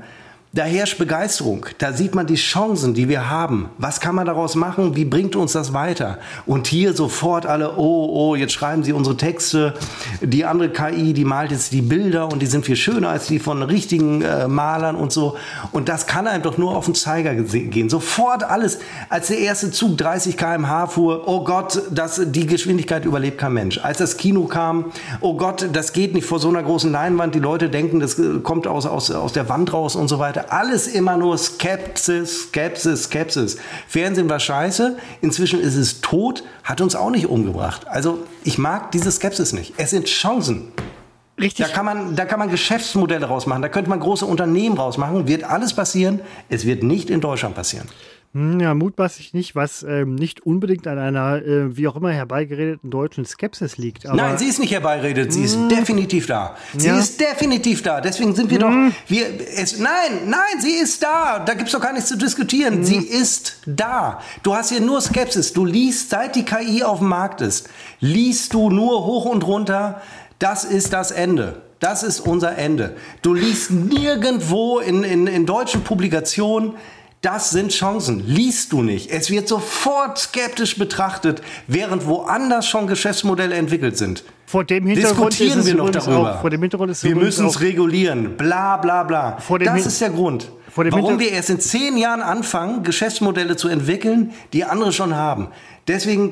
Da herrscht Begeisterung. Da sieht man die Chancen, die wir haben. Was kann man daraus machen? Wie bringt uns das weiter? Und hier sofort alle, oh, jetzt schreiben sie unsere Texte. Die andere KI, die malt jetzt die Bilder und die sind viel schöner als die von richtigen Malern und so. Und das kann einem doch nur auf den Zeiger gehen. Sofort alles. Als der erste Zug 30 km/h fuhr, oh Gott, die Geschwindigkeit überlebt kein Mensch. Als das Kino kam, oh Gott, das geht nicht vor so einer großen Leinwand. Die Leute denken, das kommt aus der Wand raus und so weiter. Alles immer nur Skepsis. Fernsehen war scheiße, inzwischen ist es tot, hat uns auch nicht umgebracht. Also ich mag diese Skepsis nicht. Es sind Chancen. Richtig. Da kann man Geschäftsmodelle rausmachen, da könnte man große Unternehmen rausmachen, wird alles passieren. Es wird nicht in Deutschland passieren. Ja, mutmaßlich nicht, was nicht unbedingt an einer, wie auch immer, herbeigeredeten deutschen Skepsis liegt. Aber nein, sie ist nicht herbeigeredet, sie ist definitiv da. Sie ist definitiv da, deswegen sind wir nein, sie ist da, da gibt es doch gar nichts zu diskutieren. Sie ist da. Du hast hier nur Skepsis, du liest, seit die KI auf dem Markt ist, liest du nur hoch und runter, das ist das Ende. Das ist unser Ende. Du liest nirgendwo in deutschen Publikationen, das sind Chancen. Liest du nicht. Es wird sofort skeptisch betrachtet, während woanders schon Geschäftsmodelle entwickelt sind. Vor dem Hintergrund diskutieren wir noch darüber. Vor dem Hintergrund ist wir müssen es regulieren. Bla bla bla. Das ist der Grund. Warum wir erst in 10 Jahren anfangen, Geschäftsmodelle zu entwickeln, die andere schon haben. Deswegen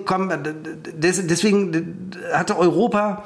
hatte Europa...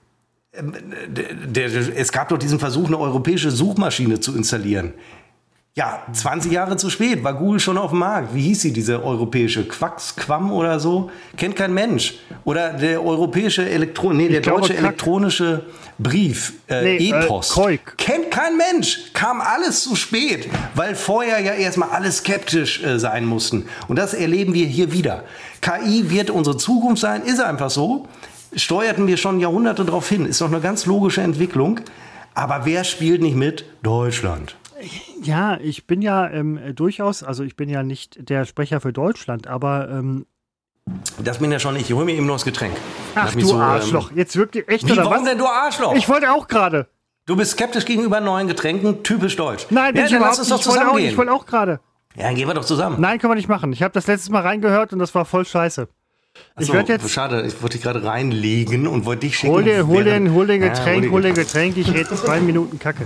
Es gab doch diesen Versuch, eine europäische Suchmaschine zu installieren. Ja, 20 Jahre zu spät, war Google schon auf dem Markt. Wie hieß sie, diese europäische Quam oder so? Kennt kein Mensch. Oder der europäische deutsche elektronische Brief, E-Post. Kennt kein Mensch. Kam alles zu spät, weil vorher ja erstmal alle skeptisch sein mussten. Und das erleben wir hier wieder. KI wird unsere Zukunft sein, ist einfach so. Steuerten wir schon Jahrhunderte darauf hin. Ist doch eine ganz logische Entwicklung. Aber wer spielt nicht mit? Deutschland. Ja, ich bin ja durchaus, also ich bin ja nicht der Sprecher für Deutschland, aber... das bin ja schon ich. Ich hole mir eben noch das Getränk. Ach du Arschloch, jetzt wirklich echt oder was? Warum denn du Arschloch? Ich wollte auch gerade. Du bist skeptisch gegenüber neuen Getränken, typisch deutsch. Nein, bin ich überhaupt nicht. Ich wollte auch gerade. Ja, dann gehen wir doch zusammen. Nein, können wir nicht machen. Ich habe das letztes Mal reingehört und das war voll scheiße. Achso, schade, ich wollte dich gerade reinlegen und wollte dich schicken. Hol den Getränk, ich rede 2 Minuten Kacke.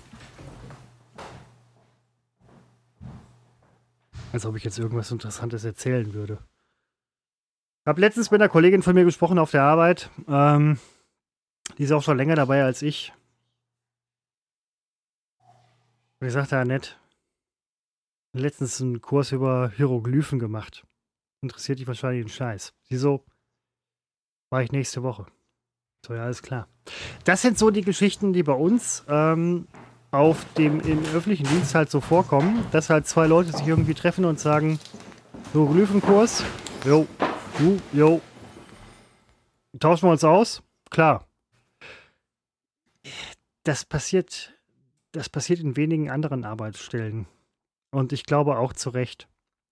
Als ob ich jetzt irgendwas Interessantes erzählen würde. Ich habe letztens mit einer Kollegin von mir gesprochen auf der Arbeit. Die ist auch schon länger dabei als ich. Und ich sagte, Annette, letztens einen Kurs über Hieroglyphen gemacht. Interessiert dich wahrscheinlich den Scheiß. Sie so, mache ich nächste Woche. So, ja, alles klar. Das sind so die Geschichten, die bei uns im öffentlichen Dienst halt so vorkommen, dass halt 2 Leute sich irgendwie treffen und sagen, Hieroglyphenkurs, jo, tauschen wir uns aus? Klar. Das passiert in wenigen anderen Arbeitsstellen. Und ich glaube auch zu Recht.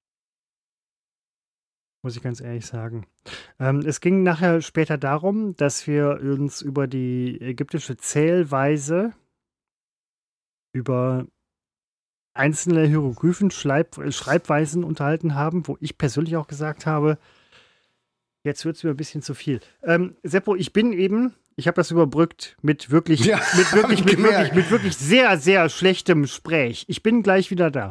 Muss ich ganz ehrlich sagen. Es ging nachher später darum, dass wir uns über die ägyptische Zählweise, über einzelne Hieroglyphen, Schreibweisen unterhalten haben, wo ich persönlich auch gesagt habe, jetzt wird es mir ein bisschen zu viel. Seppo, ich habe das überbrückt mit wirklich sehr, sehr schlechtem Sprech. Ich bin gleich wieder da.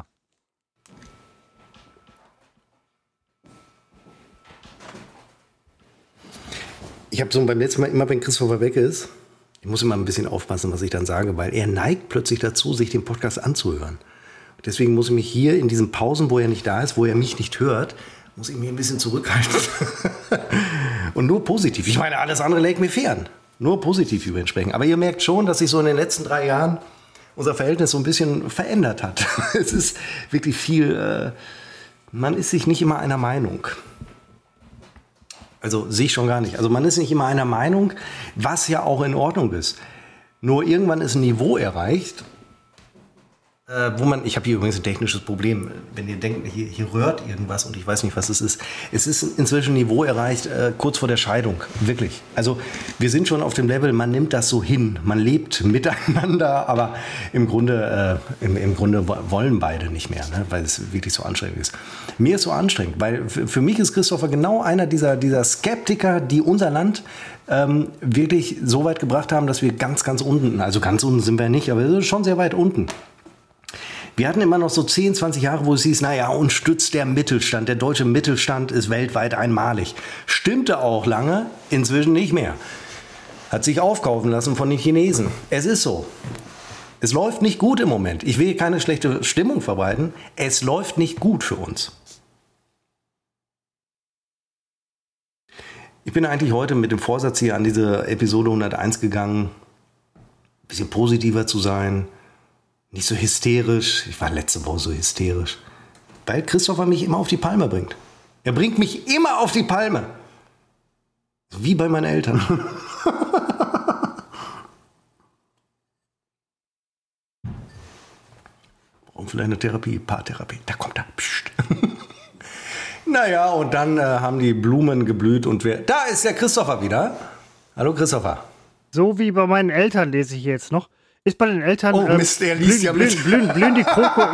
Ich habe so beim letzten Mal, immer wenn Christopher weg ist, ich muss immer ein bisschen aufpassen, was ich dann sage, weil er neigt plötzlich dazu, sich den Podcast anzuhören. Deswegen muss ich mich hier in diesen Pausen, wo er nicht da ist, wo er mich nicht hört, muss ich mich ein bisschen zurückhalten. Und nur positiv. Ich meine, alles andere lägt mir fern. Nur positiv über ihn sprechen. Aber ihr merkt schon, dass sich so in den letzten 3 Jahren unser Verhältnis so ein bisschen verändert hat. Es ist wirklich viel, man ist sich nicht immer einer Meinung. Also sehe ich schon gar nicht. Also man ist nicht immer einer Meinung, was ja auch in Ordnung ist. Nur irgendwann ist ein Niveau erreicht, ich habe hier übrigens ein technisches Problem. Wenn ihr denkt, hier rührt irgendwas und ich weiß nicht, was es ist. Es ist inzwischen ein Niveau erreicht, kurz vor der Scheidung. Wirklich. Also wir sind schon auf dem Level, man nimmt das so hin. Man lebt miteinander, aber im Grunde wollen beide nicht mehr, ne? Weil es wirklich so anstrengend ist. Mir ist so anstrengend, weil für mich ist Christopher genau einer dieser Skeptiker, die unser Land wirklich so weit gebracht haben, dass wir ganz, ganz unten, also ganz unten sind wir nicht, aber wir sind schon sehr weit unten. Wir hatten immer noch so 10, 20 Jahre, wo es hieß, naja, uns stützt der Mittelstand. Der deutsche Mittelstand ist weltweit einmalig. Stimmte auch lange, inzwischen nicht mehr. Hat sich aufkaufen lassen von den Chinesen. Es ist so. Es läuft nicht gut im Moment. Ich will hier keine schlechte Stimmung verbreiten. Es läuft nicht gut für uns. Ich bin eigentlich heute mit dem Vorsatz hier an diese Episode 101 gegangen, ein bisschen positiver zu sein. Nicht so hysterisch. Ich war letzte Woche so hysterisch. Weil Christopher mich immer auf die Palme bringt. Er bringt mich immer auf die Palme. Wie bei meinen Eltern. Warum vielleicht eine Therapie? Paartherapie. Da kommt er. Psst. Naja, und dann haben die Blumen geblüht und da ist der Christopher wieder. Hallo Christopher. So wie bei meinen Eltern lese ich jetzt noch. Ist bei den Eltern Mist, er liest ja mit. blühen die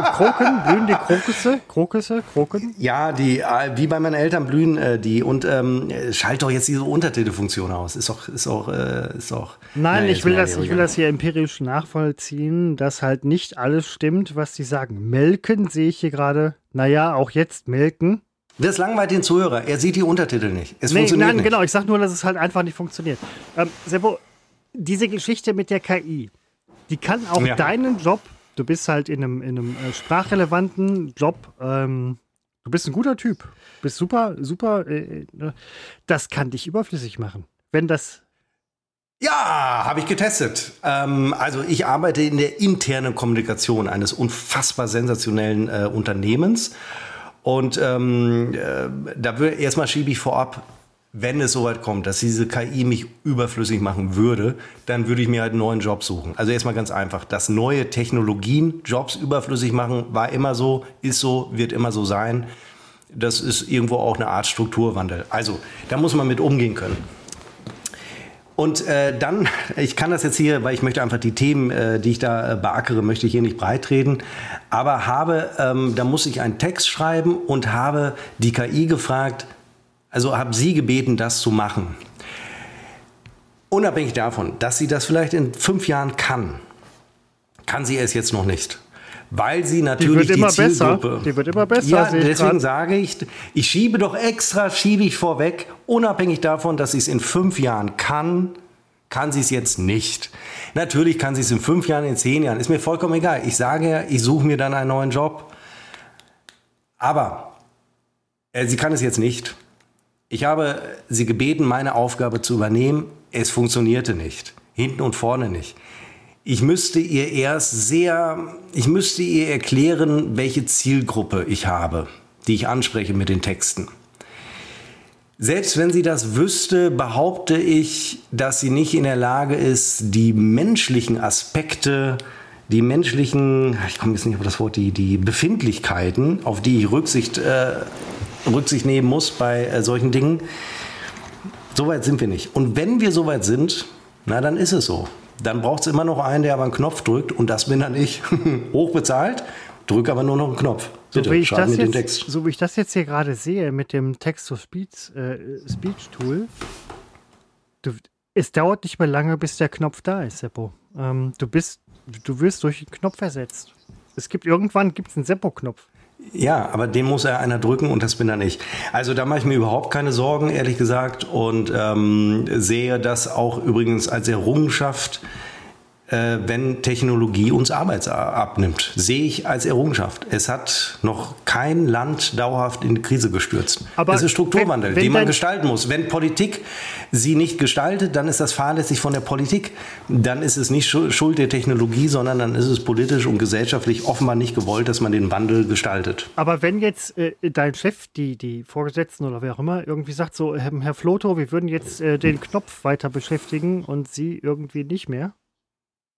Krokussen? Ja, wie bei meinen Eltern blühen die und schalt doch jetzt diese Untertitelfunktion aus. Ist doch. Nein, ich will das hier empirisch nachvollziehen, dass halt nicht alles stimmt, was die sagen. Melken sehe ich hier gerade. Naja, auch jetzt melken. Das langweilt den Zuhörer. Er sieht die Untertitel nicht. Funktioniert nicht. Genau. Ich sag nur, dass es halt einfach nicht funktioniert. Seppo, diese Geschichte mit der KI, die kann auch deinen Job, du bist halt in einem sprachrelevanten Job, du bist ein guter Typ, bist super, das kann dich überflüssig machen. Wenn das... Ja, habe ich getestet. Also ich arbeite in der internen Kommunikation eines unfassbar sensationellen Unternehmens. Und erstmal schiebe ich vorab, wenn es soweit kommt, dass diese KI mich überflüssig machen würde, dann würde ich mir halt einen neuen Job suchen. Also erstmal ganz einfach, dass neue Technologien Jobs überflüssig machen, war immer so, ist so, wird immer so sein. Das ist irgendwo auch eine Art Strukturwandel. Also da muss man mit umgehen können. Und dann, ich kann das jetzt hier, weil ich möchte einfach die Themen, die ich da beackere, möchte ich hier nicht breitreden, aber da muss ich einen Text schreiben und habe die KI gefragt, also habe sie gebeten, das zu machen. Unabhängig davon, dass sie das vielleicht in 5 Jahren kann sie es jetzt noch nicht. Weil sie natürlich die Zielgruppe... Die wird immer besser. Ja, deswegen sage ich, schiebe ich vorweg, unabhängig davon, dass sie es in 5 Jahren kann sie es jetzt nicht. Natürlich kann sie es in 5 Jahren, in 10 Jahren, ist mir vollkommen egal. Ich sage ja, ich suche mir dann einen neuen Job. Aber sie kann es jetzt nicht. Ich habe sie gebeten, meine Aufgabe zu übernehmen. Es funktionierte nicht. Hinten und vorne nicht. Ich müsste ihr erklären, welche Zielgruppe ich habe, die ich anspreche mit den Texten. Selbst wenn sie das wüsste, behaupte ich, dass sie nicht in der Lage ist, die menschlichen Aspekte, ich komme jetzt nicht auf das Wort, die Befindlichkeiten, auf die ich Rücksicht nehmen muss bei solchen Dingen. So weit sind wir nicht. Und wenn wir so weit sind, dann ist es so. Dann braucht es immer noch einen, der aber einen Knopf drückt und das bin dann ich. Hochbezahlt, drücke aber nur noch einen Knopf. Bitte, schreib mir den Text. So wie ich das jetzt hier gerade sehe mit dem Text-to-Speech-Tool, es dauert nicht mehr lange, bis der Knopf da ist, Seppo. Du wirst durch den Knopf ersetzt. Irgendwann gibt es einen Seppo-Knopf. Ja, aber den muss ja einer drücken und das bin dann ich. Also da mache ich mir überhaupt keine Sorgen, ehrlich gesagt, und sehe das auch übrigens als Errungenschaft, wenn Technologie uns Arbeit abnimmt. Sehe ich als Errungenschaft. Es hat noch kein Land dauerhaft in die Krise gestürzt. Aber es ist Strukturwandel, den man gestalten muss. Wenn Politik sie nicht gestaltet, dann ist das fahrlässig von der Politik. Dann ist es nicht Schuld der Technologie, sondern dann ist es politisch und gesellschaftlich offenbar nicht gewollt, dass man den Wandel gestaltet. Aber wenn jetzt dein Chef, die Vorgesetzten oder wer auch immer, irgendwie sagt so, Herr Floto, wir würden jetzt den Knopf weiter beschäftigen und Sie irgendwie nicht mehr?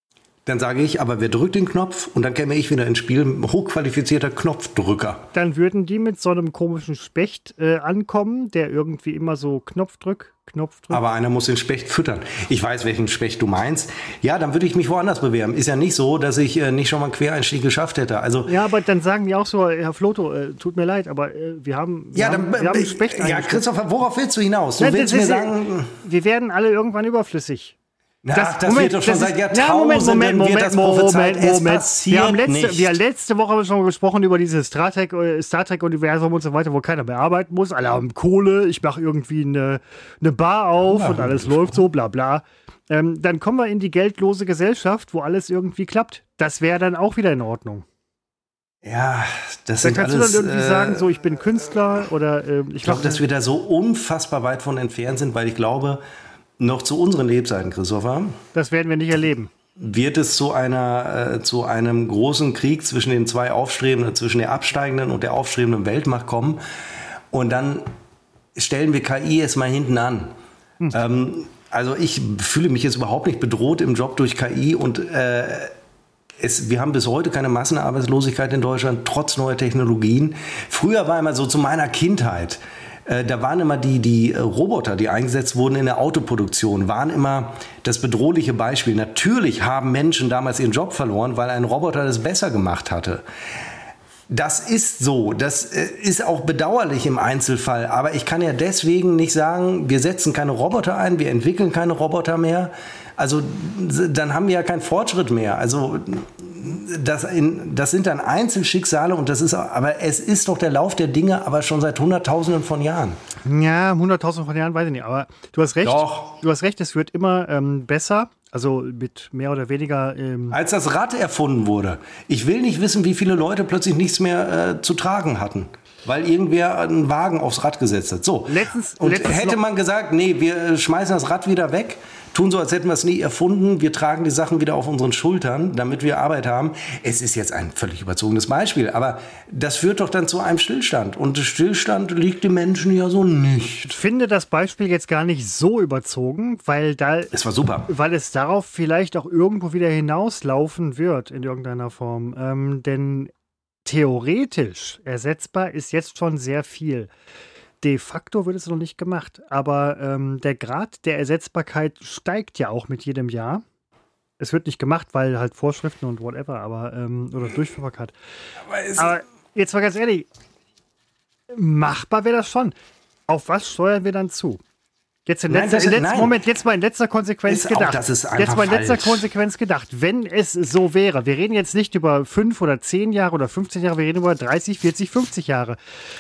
Dann sage ich, aber wer drückt den Knopf? Und dann käme ich wieder ins Spiel, hochqualifizierter Knopfdrücker. Dann würden die mit so einem komischen Specht ankommen, der irgendwie immer so Knopf drückt. Aber einer muss den Specht füttern. Ich weiß, welchen Specht du meinst. Ja, dann würde ich mich woanders bewerben. Ist ja nicht so, dass ich nicht schon mal einen Quereinstieg geschafft hätte. Also, ja, aber dann sagen die auch so, Herr Floto, tut mir leid, aber wir haben einen Specht. Ja, Christopher, worauf willst du hinaus? Du willst mir sagen... Wir werden alle irgendwann überflüssig. Das wird doch schon seit Jahrtausenden wird das prophezeit. Es passiert nicht. Wir haben letzte Woche schon gesprochen über dieses Star Trek-Universum und so weiter, wo keiner mehr arbeiten muss. Alle haben Kohle, ich mache irgendwie eine Bar auf und alles läuft so, bla bla. Dann kommen wir in die geldlose Gesellschaft, wo alles irgendwie klappt. Das wäre dann auch wieder in Ordnung. Ja, das dann sind kannst alles... du dann irgendwie sagen, so, ich bin Künstler oder ich glaube, dass wir da so unfassbar weit von entfernt sind, weil ich glaube... Noch zu unseren Lebzeiten, Christopher. Das werden wir nicht erleben. Wird es zu einem großen Krieg zwischen den zwei aufstrebenden, zwischen der absteigenden und der aufstrebenden Weltmacht kommen. Und dann stellen wir KI erstmal hinten an. Also ich fühle mich jetzt überhaupt nicht bedroht im Job durch KI und wir haben bis heute keine Massenarbeitslosigkeit in Deutschland, trotz neuer Technologien. Früher war immer so zu meiner Kindheit, da waren immer die Roboter, die eingesetzt wurden in der Autoproduktion, waren immer das bedrohliche Beispiel. Natürlich haben Menschen damals ihren Job verloren, weil ein Roboter das besser gemacht hatte. Das ist so, das ist auch bedauerlich im Einzelfall, aber ich kann ja deswegen nicht sagen, wir setzen keine Roboter ein, wir entwickeln keine Roboter mehr. Also dann haben wir ja keinen Fortschritt mehr. Also das sind dann Einzelschicksale und aber es ist doch der Lauf der Dinge, aber schon seit Hunderttausenden von Jahren. Ja, Hunderttausenden von Jahren weiß ich nicht, aber du hast recht. Doch. Du hast recht, es wird immer besser. Also mit mehr oder weniger... Als das Rad erfunden wurde. Ich will nicht wissen, wie viele Leute plötzlich nichts mehr zu tragen hatten. Weil irgendwer einen Wagen aufs Rad gesetzt hat. So. Hätte man gesagt, nee, wir schmeißen das Rad wieder weg, tun so, als hätten wir es nie erfunden, wir tragen die Sachen wieder auf unseren Schultern, damit wir Arbeit haben. Es ist jetzt ein völlig überzogenes Beispiel, aber das führt doch dann zu einem Stillstand. Und der Stillstand liegt dem Menschen ja so nicht. Ich finde das Beispiel jetzt gar nicht so überzogen, weil es war super. Weil es darauf vielleicht auch irgendwo wieder hinauslaufen wird in irgendeiner Form. Denn theoretisch ersetzbar ist jetzt schon sehr viel. De facto wird es noch nicht gemacht, aber der Grad der Ersetzbarkeit steigt ja auch mit jedem Jahr. Es wird nicht gemacht, weil halt Vorschriften und whatever, aber oder Durchführbarkeit. Aber jetzt mal ganz ehrlich, machbar wäre das schon. Auf was steuern wir dann zu? Jetzt in letzter Konsequenz gedacht. Wenn es so wäre, wir reden jetzt nicht über 5 oder 10 Jahre oder 15 Jahre, wir reden über 30, 40, 50 Jahre.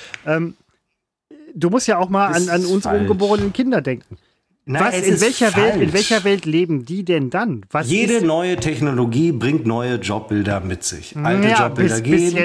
Du musst ja auch mal an unsere ungeborenen Kinder denken. In welcher Welt leben die denn dann? Jede neue Technologie bringt neue Jobbilder mit sich. Alte Jobbilder gehen.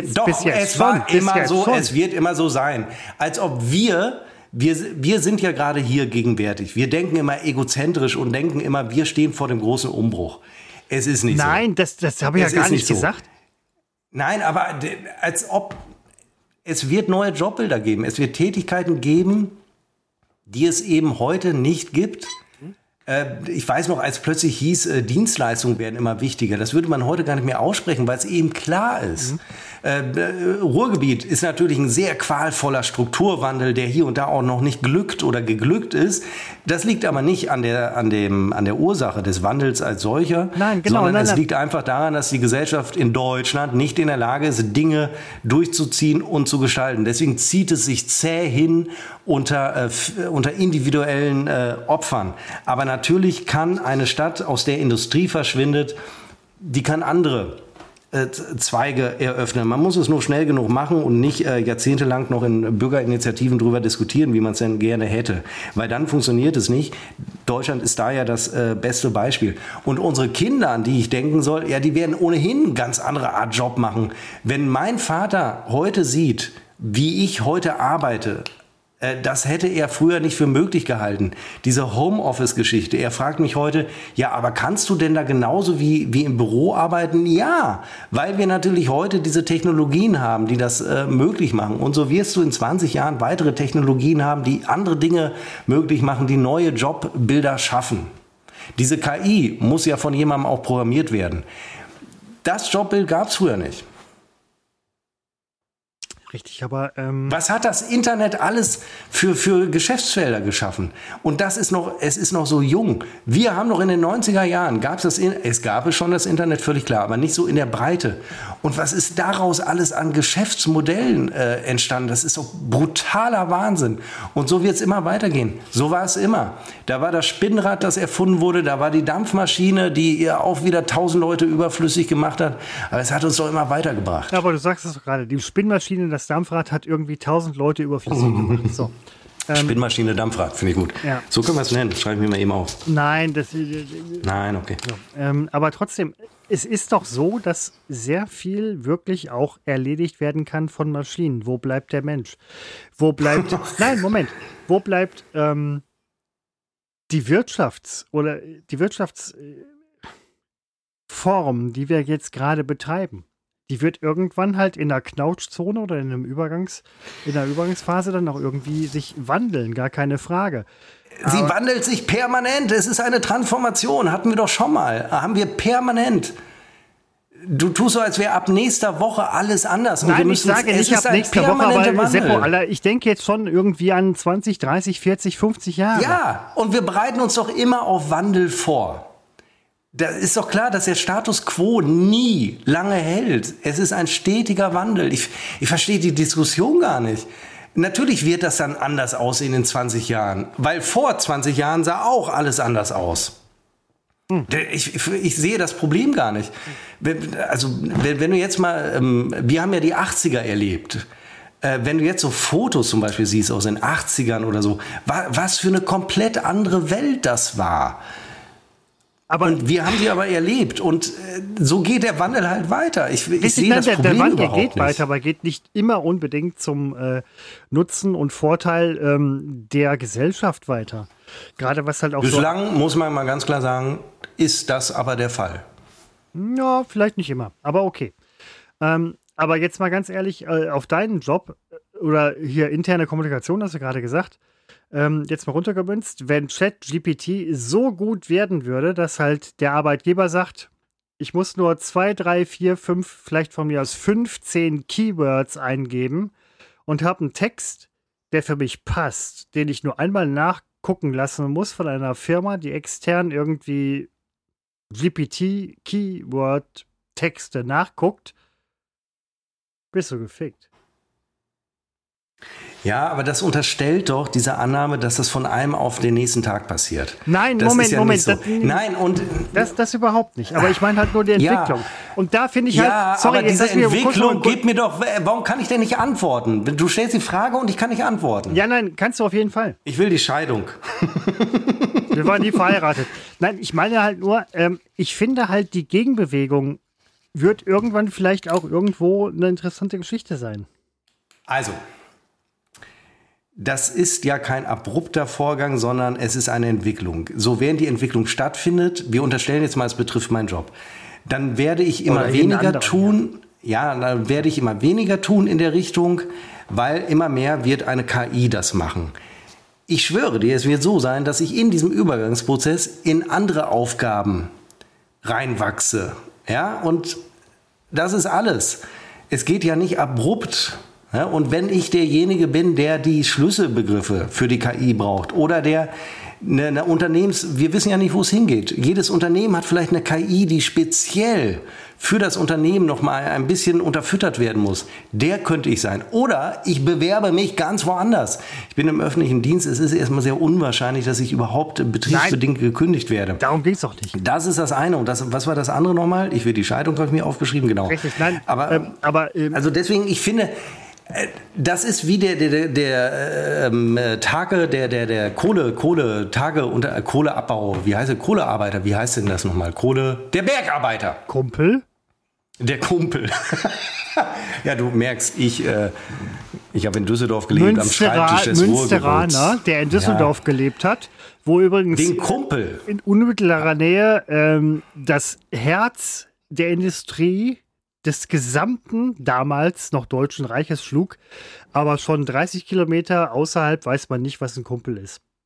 Es wird immer so sein. Als ob wir sind ja gerade hier gegenwärtig. Wir denken immer egozentrisch und denken immer, wir stehen vor dem großen Umbruch. Es ist nicht so. Nein, das habe ich ja gar nicht gesagt. Nein, aber als ob es wird neue Jobbilder geben. Es wird Tätigkeiten geben, die es eben heute nicht gibt. Ich weiß noch, als plötzlich hieß, Dienstleistungen werden immer wichtiger. Das würde man heute gar nicht mehr aussprechen, weil es eben klar ist. Ruhrgebiet ist natürlich ein sehr qualvoller Strukturwandel, der hier und da auch noch nicht glückt oder geglückt ist. Das liegt aber nicht an der Ursache des Wandels als solcher, sondern es liegt einfach daran, dass die Gesellschaft in Deutschland nicht in der Lage ist, Dinge durchzuziehen und zu gestalten. Deswegen zieht es sich zäh hin unter individuellen Opfern. Aber natürlich kann eine Stadt, aus der Industrie verschwindet, die kann andere Zweige eröffnen. Man muss es nur schnell genug machen und nicht jahrzehntelang noch in Bürgerinitiativen drüber diskutieren, wie man es denn gerne hätte. Weil dann funktioniert es nicht. Deutschland ist da ja das beste Beispiel. Und unsere Kinder, an die ich denken soll, ja, die werden ohnehin eine ganz andere Art Job machen. Wenn mein Vater heute sieht, wie ich heute arbeite, das hätte er früher nicht für möglich gehalten. Diese Homeoffice-Geschichte. Er fragt mich heute, ja, aber kannst du denn da genauso wie im Büro arbeiten? Ja, weil wir natürlich heute diese Technologien haben, die das möglich machen. Und so wirst du in 20 Jahren weitere Technologien haben, die andere Dinge möglich machen, die neue Jobbilder schaffen. Diese KI muss ja von jemandem auch programmiert werden. Das Jobbild gab es früher nicht. Richtig, aber Was hat das Internet alles für Geschäftsfelder geschaffen? Und es ist noch so jung. Wir haben noch in den 90er Jahren, es gab es schon das Internet, völlig klar, aber nicht so in der Breite. Und was ist daraus alles an Geschäftsmodellen entstanden? Das ist doch brutaler Wahnsinn. Und so wird es immer weitergehen. So war es immer. Da war das Spinnrad, das erfunden wurde, da war die Dampfmaschine, die ihr auch wieder 1000 Leute überflüssig gemacht hat. Aber es hat uns doch immer weitergebracht. ja, aber du sagst es doch gerade, die Spinnmaschine, das Dampfrad hat irgendwie 1000 Leute überflüssig gemacht. So. Spinnmaschine, Dampfrad, finde ich gut. Ja. So können wir es nennen. Schreibe ich mir mal eben auf. Nein, Nein, okay. aber trotzdem, es ist doch so, dass sehr viel wirklich auch erledigt werden kann von Maschinen. Wo bleibt der Mensch? Wo bleibt, nein, Moment, wo bleibt die Wirtschaftsform, die wir jetzt gerade betreiben? Die wird irgendwann halt in der Knautschzone oder in der Übergangsphase dann auch irgendwie sich wandeln, gar keine Frage. Sie wandelt sich permanent. Es ist eine Transformation. Hatten wir doch schon mal. Haben wir permanent. Du tust so, als wäre ab nächster Woche alles anders. Nein, ich sage nicht ab nächster Woche, aber Seppo, Alter, ich denke jetzt schon irgendwie an 20, 30, 40, 50 Jahre. Ja, und wir bereiten uns doch immer auf Wandel vor. Da ist doch klar, dass der Status quo nie lange hält. Es ist ein stetiger Wandel. Ich verstehe die Diskussion gar nicht. Natürlich wird das dann anders aussehen in 20 Jahren, weil vor 20 Jahren sah auch alles anders aus. Ich sehe das Problem gar nicht. Also, wenn du jetzt mal, wir haben ja die 80er erlebt. Wenn du jetzt so Fotos zum Beispiel siehst aus den 80ern oder so, was für eine komplett andere Welt das war. Und wir haben die aber erlebt und so geht der Wandel halt weiter. Ich sehe das Problem der Wandel überhaupt geht nicht. weiter, aber geht nicht immer unbedingt zum Nutzen und Vorteil der Gesellschaft weiter. Gerade was halt auch Bislang, muss man mal ganz klar sagen, ist das aber der Fall. Ja, vielleicht nicht immer, aber okay. Aber jetzt mal ganz ehrlich, auf deinen Job oder hier interne Kommunikation, hast du gerade gesagt, jetzt mal runtergemünzt, wenn ChatGPT so gut werden würde, dass halt der Arbeitgeber sagt, ich muss nur 2, 3, 4, 5, vielleicht von mir aus 15 Keywords eingeben und habe einen Text, der für mich passt, den ich nur einmal nachgucken lassen muss von einer Firma, die extern irgendwie GPT-Keyword-Texte nachguckt, bist du gefickt. Ja, aber das unterstellt doch diese Annahme, dass das von einem auf den nächsten Tag passiert. Nein, das Moment, ist ja Moment. nicht so. Nein, und das überhaupt nicht. Aber ich meine halt nur die Entwicklung. Ja. Und da finde ich halt, aber diese jetzt lass mich Entwicklung, gib mir doch, warum kann ich denn nicht antworten? Du stellst die Frage und ich kann nicht antworten. Ja, nein, kannst du auf jeden Fall. Ich will die Scheidung. Wir waren nie verheiratet. Nein, ich meine halt nur, ich finde halt, die Gegenbewegung wird irgendwann vielleicht auch irgendwo eine interessante Geschichte sein. Also, das ist ja kein abrupter Vorgang, sondern es ist eine Entwicklung. So, während die Entwicklung stattfindet, wir unterstellen jetzt mal, es betrifft meinen Job, dann werde ich immer weniger tun. Ja, dann werde ich immer weniger tun in der Richtung, weil immer mehr wird eine KI das machen. Ich schwöre dir, es wird so sein, dass ich in diesem Übergangsprozess in andere Aufgaben reinwachse. Ja, und das ist alles. Es geht ja nicht abrupt. Ja, und wenn ich derjenige bin, der die Schlüsselbegriffe für die KI braucht oder der eine wir wissen ja nicht, wo es hingeht. Jedes Unternehmen hat vielleicht eine KI, die speziell für das Unternehmen noch mal ein bisschen unterfüttert werden muss. Der könnte ich sein. Oder ich bewerbe mich ganz woanders. Ich bin im öffentlichen Dienst. Es ist erstmal sehr unwahrscheinlich, dass ich überhaupt betriebsbedingt gekündigt werde. Darum ging es doch nicht. Das ist das eine. Und was war das andere nochmal? Ich will die Scheidung, habe ich mir aufgeschrieben. Genau. Richtig, nein. Also deswegen, ich finde, das ist wie der Kohleabbau. Wie heißt der? Kohlearbeiter. Wie heißt denn das nochmal? Der Bergarbeiter. Kumpel? Der Kumpel. Ja, du merkst, ich habe in Düsseldorf gelebt, am Schreibtisch des Münsteraner, der in Düsseldorf gelebt hat, wo übrigens den Kumpel in unmittelbarer Nähe das Herz der Industrie des gesamten, damals noch Deutschen Reiches schlug, aber schon 30 Kilometer außerhalb weiß man nicht, was ein Kumpel ist.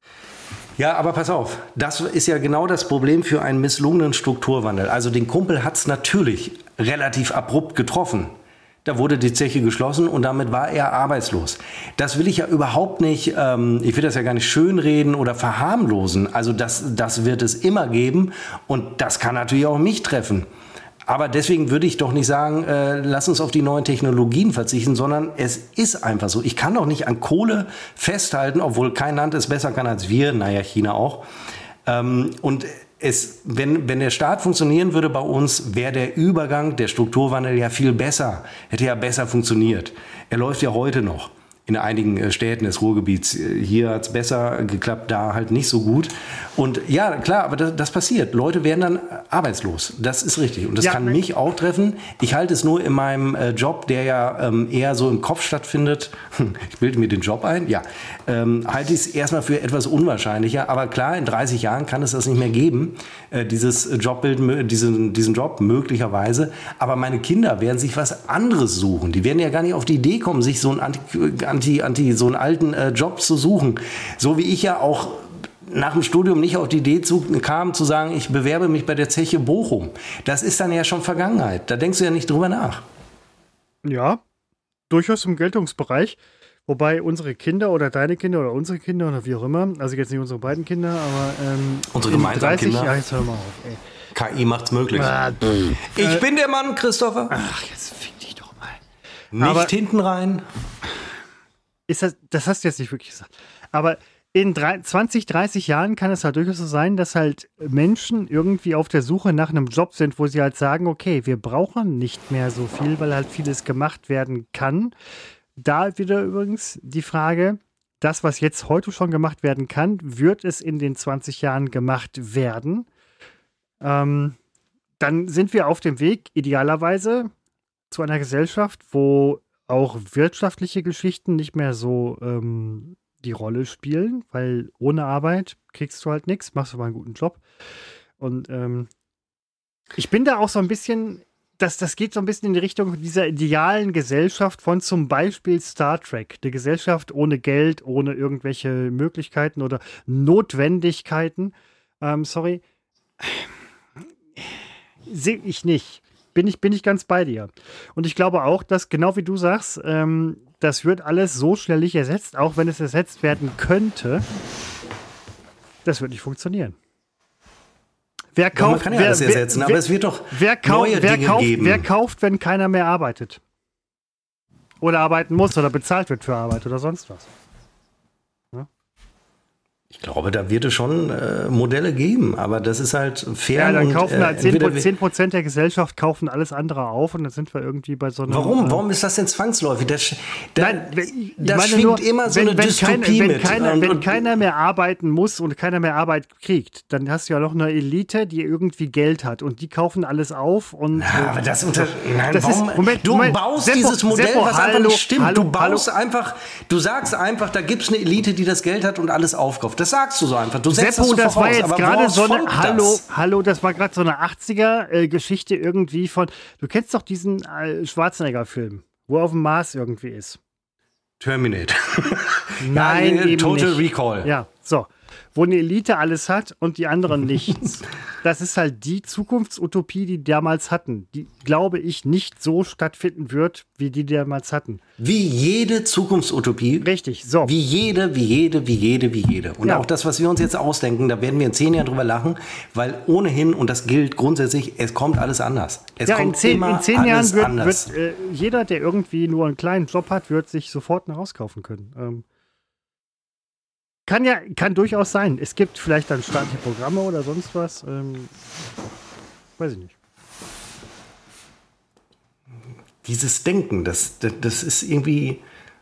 Ja, aber pass auf, das ist ja genau das Problem für einen misslungenen Strukturwandel. Also den Kumpel hat es natürlich relativ abrupt getroffen. Da wurde die Zeche geschlossen und damit war er arbeitslos. Das will ich ja überhaupt nicht, ich will das ja gar nicht schönreden oder verharmlosen. Also das wird es immer geben und das kann natürlich auch mich treffen. Aber deswegen würde ich doch nicht sagen, lass uns auf die neuen Technologien verzichten, sondern es ist einfach so. Ich kann doch nicht an Kohle festhalten, obwohl kein Land es besser kann als wir, naja, China auch. Und wenn der Staat funktionieren würde bei uns, wäre der Übergang, der Strukturwandel ja viel besser, hätte ja besser funktioniert. Er läuft ja heute noch in einigen Städten des Ruhrgebiets. Hier hat es besser geklappt, da halt nicht so gut. Und ja, klar, aber das passiert. Leute werden dann arbeitslos. Das ist richtig. Und das kann mich auch treffen. Ich halte es nur in meinem Job, der ja eher so im Kopf stattfindet. Ich bilde mir den Job ein. Ja, halte ich es erstmal für etwas unwahrscheinlicher. Aber klar, in 30 Jahren kann es das nicht mehr geben, diesen Job möglicherweise. Aber meine Kinder werden sich was anderes suchen. Die werden ja gar nicht auf die Idee kommen, sich so so einen alten Job zu suchen. So wie ich ja auch nach dem Studium nicht auf die Idee kam, zu sagen, ich bewerbe mich bei der Zeche Bochum. Das ist dann ja schon Vergangenheit. Da denkst du ja nicht drüber nach. Ja, durchaus im Geltungsbereich. Wobei unsere Kinder oder deine Kinder oder unsere Kinder oder wie auch immer, also jetzt nicht unsere beiden Kinder, aber unsere gemeinsamen Kinder. Ja, jetzt hör mal auf, ey. KI macht's möglich. Ich bin der Mann, Christopher. Ach, jetzt fick dich doch mal. Nicht hinten rein. Das hast du jetzt nicht wirklich gesagt. Aber in 20, 30 Jahren kann es halt durchaus so sein, dass halt Menschen irgendwie auf der Suche nach einem Job sind, wo sie halt sagen, okay, wir brauchen nicht mehr so viel, weil halt vieles gemacht werden kann. Da wieder übrigens die Frage, das, was jetzt heute schon gemacht werden kann, wird es in den 20 Jahren gemacht werden? Dann sind wir auf dem Weg, idealerweise, zu einer Gesellschaft, wo auch wirtschaftliche Geschichten nicht mehr so die Rolle spielen, weil ohne Arbeit kriegst du halt nichts, machst du mal einen guten Job. Und ich bin da auch so ein bisschen, das geht so ein bisschen in die Richtung dieser idealen Gesellschaft von zum Beispiel Star Trek. Eine Gesellschaft ohne Geld, ohne irgendwelche Möglichkeiten oder Notwendigkeiten. Sehe ich nicht. Bin ich ganz bei dir. Und ich glaube auch, dass genau wie du sagst, das wird alles so schnell nicht ersetzt, auch wenn es ersetzt werden könnte. Das wird nicht funktionieren. Wer kauft, man kann ja alles ersetzen, aber es wird doch neue Dinge geben. Wer kauft, wenn keiner mehr arbeitet? Oder arbeiten muss oder bezahlt wird für Arbeit oder sonst was? Ich glaube, da wird es schon Modelle geben, aber das ist halt fair. Ja, dann kaufen halt 10% der Gesellschaft kaufen alles andere auf und dann sind wir irgendwie bei so einem... Warum? Warum ist das denn zwangsläufig? Das schwingt nur, immer so eine Dystopie mit. Wenn keiner mehr arbeiten muss und keiner mehr Arbeit kriegt, dann hast du ja noch eine Elite, die irgendwie Geld hat und die kaufen alles auf und... Ja, aber das Moment, du baust Seppo, dieses Modell, Seppo, was einfach nicht stimmt. Du sagst einfach, da gibt es eine Elite, die das Geld hat und alles aufkauft. Das sagst du so einfach. Du setzt Seppo, das so voraus. War jetzt gerade so eine das war gerade so eine 80er-Geschichte irgendwie von. Du kennst doch diesen Schwarzenegger-Film, wo er auf dem Mars irgendwie ist. Terminator. Nein, ja, eben Total nicht. Recall. Ja, so. Wo eine Elite alles hat und die anderen nichts. Das ist halt die Zukunftsutopie, die damals hatten, die, glaube ich, nicht so stattfinden wird, wie die damals hatten. Wie jede Zukunftsutopie. Richtig, so. Wie jede. Und ja. Auch das, was wir uns jetzt ausdenken, da werden wir in 10 Jahren drüber lachen, weil ohnehin, und das gilt grundsätzlich, es kommt alles anders. In 10 Jahren wird jeder, der irgendwie nur einen kleinen Job hat, wird sich sofort ein Haus kaufen können. Kann durchaus sein. Es gibt vielleicht dann staatliche Programme oder sonst was. Weiß ich nicht. Dieses Denken, das ist irgendwie...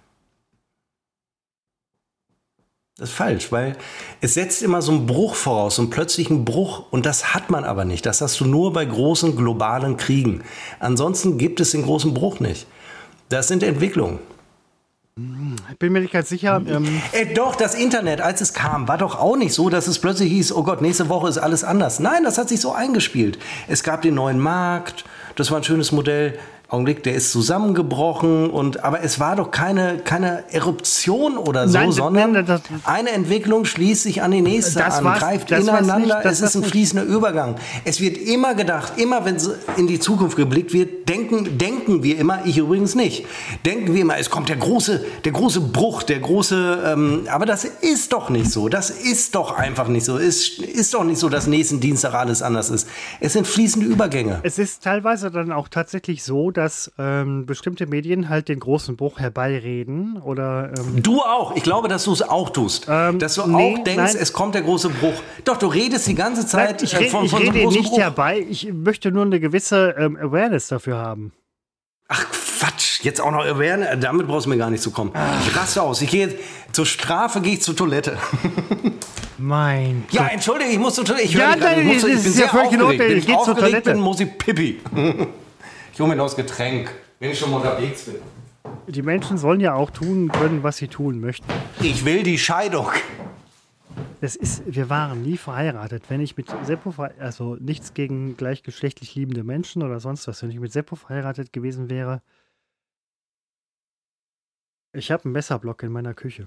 Das ist falsch, weil es setzt immer so einen Bruch voraus, so einen plötzlichen Bruch. Und das hat man aber nicht. Das hast du nur bei großen globalen Kriegen. Ansonsten gibt es den großen Bruch nicht. Das sind Entwicklungen. Ich bin mir nicht ganz sicher. Doch, das Internet, als es kam, war doch auch nicht so, dass es plötzlich hieß, oh Gott, nächste Woche ist alles anders. Nein, das hat sich so eingespielt. Es gab den neuen Markt, das war ein schönes Modell. Augenblick, der ist zusammengebrochen aber es war doch keine Eruption oder so, Nein, sondern das- eine Entwicklung schließt sich an die nächste Das an, war's- greift das war's ineinander, nicht, das es ist war's ein nicht. fließender Übergang. Es wird immer gedacht, immer wenn in die Zukunft geblickt wird, denken wir immer, ich übrigens nicht, denken wir immer, es kommt der große Bruch, aber das ist doch nicht so, das ist doch einfach nicht so, es ist doch nicht so, dass nächsten Dienstag alles anders ist. Es sind fließende Übergänge. Es ist teilweise dann auch tatsächlich so, dass bestimmte Medien halt den großen Bruch herbeireden oder Du auch. Ich glaube, dass du es auch tust. Dass du nee, auch denkst, nein. es kommt der große Bruch. Doch, du redest die ganze Zeit ich von so einem rede großen nicht Bruch. herbei, ich möchte nur eine gewisse Awareness dafür haben. Ach Quatsch, jetzt auch noch Awareness. Damit brauchst du mir gar nicht zu kommen. Ich raste aus. Zur Strafe gehe ich zur Toilette. Mein Ja, entschuldige, ich muss zur Toilette. Ich höre Ja, dich gerade. nein, Ich das bin ist sehr ja völlig in aufgeregt. Ordnung. Wenn Ich ich gehe zur aufgeregt Toilette. bin, muss ich pipi. Ich hole mir noch das Getränk, wenn ich schon mal unterwegs bin. Die Menschen sollen ja auch tun können, was sie tun möchten. Ich will die Scheidung. Wir waren nie verheiratet. Wenn ich mit Seppo, also nichts gegen gleichgeschlechtlich liebende Menschen oder sonst was, wenn ich mit Seppo verheiratet gewesen wäre, ich habe einen Messerblock in meiner Küche.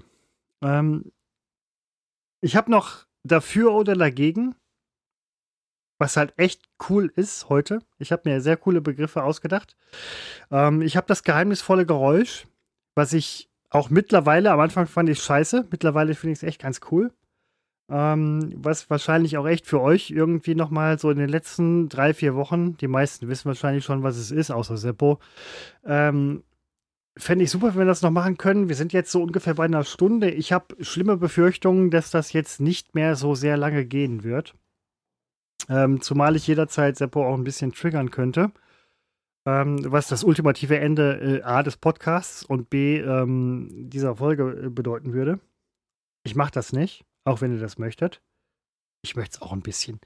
Ich habe noch dafür oder dagegen, was halt echt cool ist heute. Ich habe mir sehr coole Begriffe ausgedacht. Ich habe das geheimnisvolle Geräusch, was ich auch mittlerweile, am Anfang fand ich scheiße, mittlerweile finde ich es echt ganz cool. Was wahrscheinlich auch echt für euch irgendwie nochmal so in den letzten 3-4 Wochen, die meisten wissen wahrscheinlich schon, was es ist, außer Seppo, fände ich super, wenn wir das noch machen können. Wir sind jetzt so ungefähr bei einer Stunde. Ich habe schlimme Befürchtungen, dass das jetzt nicht mehr so sehr lange gehen wird. Zumal ich jederzeit Seppo auch ein bisschen triggern könnte. Was das ultimative Ende A des Podcasts und B dieser Folge bedeuten würde. Ich mache das nicht, auch wenn ihr das möchtet. Ich möchte es auch ein bisschen.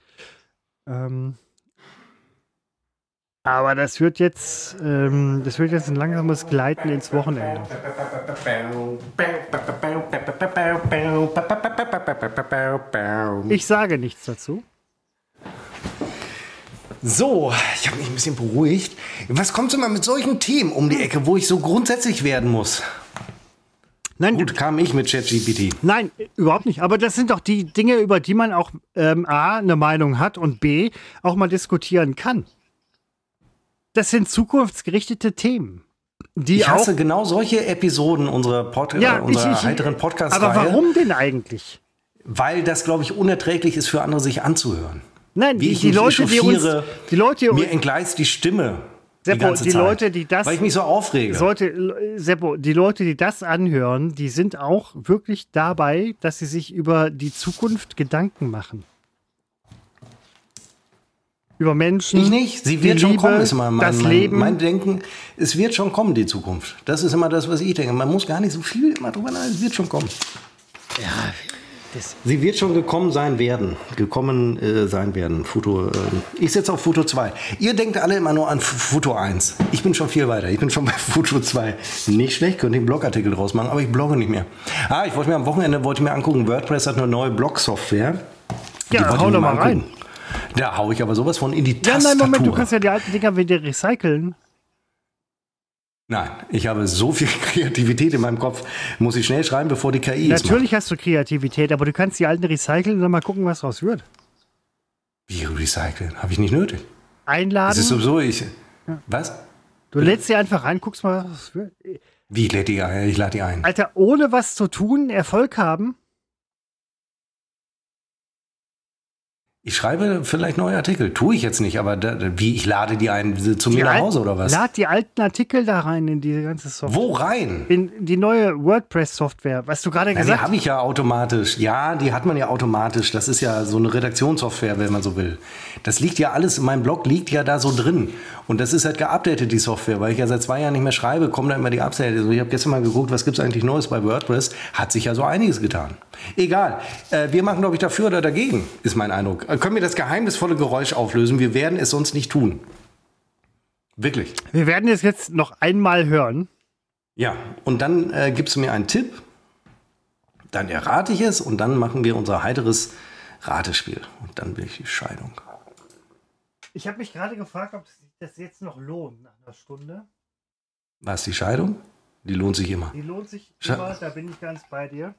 Aber das wird jetzt ein langsames Gleiten ins Wochenende. Ich sage nichts dazu. So, ich habe mich ein bisschen beruhigt. Was kommt immer mit solchen Themen um die Ecke, wo ich so grundsätzlich werden muss? Nein, Gut, kam ich mit ChatGPT. nein, überhaupt nicht. Aber das sind doch die Dinge, über die man auch A, eine Meinung hat und B, auch mal diskutieren kann. Das sind zukunftsgerichtete Themen. Die Ich hasse auch, genau solche Episoden unserer heiteren Podcast-Reihe. Aber warum denn eigentlich? Weil das, glaube ich, unerträglich ist für andere, sich anzuhören. Nein, Wie ich die mich Leute, die uns, echauffiere, die Leute, mir entgleist die Stimme die Seppo, ganze die Zeit, Leute, die das, weil ich mich so aufrege. Seppo, die Leute, die das anhören, die sind auch wirklich dabei, dass sie sich über die Zukunft Gedanken machen. Über Menschen. Ich nicht. Sie die wird schon Liebe, kommen, ist immer das Leben. mein Denken. Es wird schon kommen, die Zukunft. Das ist immer das, was ich denke. Man muss gar nicht so viel immer drüber nachdenken. Es wird schon kommen. Ja, Sie wird schon gekommen sein werden. Ich setze auf Foto 2. Ihr denkt alle immer nur an Foto 1. Ich bin schon viel weiter. Ich bin schon bei Foto 2. Nicht schlecht, könnte ich einen Blogartikel draus machen, aber ich blogge nicht mehr. Ich wollte mir am Wochenende angucken, WordPress hat eine neue Blog-Software. Die Ja, wollte ich hau mir doch mal angucken. rein. Da hau ich aber sowas von in die Ja, Tastatur. nein, Moment, du kannst ja die alten Dinger wieder recyceln. Nein, ich habe so viel Kreativität in meinem Kopf. Muss ich schnell schreiben, bevor die KI es macht. Natürlich hast du Kreativität, aber du kannst die alten recyceln und dann mal gucken, was draus wird. Wie recyceln? Habe ich nicht nötig. Einladen. Das ist sowieso Was? Du lädst sie einfach rein, guckst mal, was es wird. Wie lädt die ein? Ich lade die ein. Alter, ohne was zu tun, Erfolg haben. Ich schreibe vielleicht neue Artikel. Tue ich jetzt nicht, aber ich lade die ein zu mir nach Hause oder was? Lad die alten Artikel da rein in diese ganze Software. Wo rein? In die neue WordPress-Software, was du gerade Ja, die gesagt hast. habe ich ja automatisch. Ja, die hat man ja automatisch. Das ist ja so eine Redaktionssoftware, wenn man so will. Das liegt ja alles, in meinem Blog liegt ja da so drin. Und das ist halt geupdatet, die Software, weil ich ja seit 2 Jahren nicht mehr schreibe, kommen da immer die Updates. Also ich habe gestern mal geguckt, was gibt es eigentlich Neues bei WordPress. Hat sich ja so einiges getan. Egal. Wir machen, glaube ich, dafür oder dagegen, ist mein Eindruck. Können wir das geheimnisvolle Geräusch auflösen? Wir werden es sonst nicht tun. Wirklich. Wir werden es jetzt noch einmal hören. Ja, und dann gibst du mir einen Tipp, dann errate ich es und dann machen wir unser heiteres Ratespiel. Und dann will ich die Scheidung. Ich habe mich gerade gefragt, ob sich das jetzt noch lohnt nach einer Stunde. Was, die Scheidung? Die lohnt sich immer. Die lohnt sich immer, da bin ich ganz bei dir.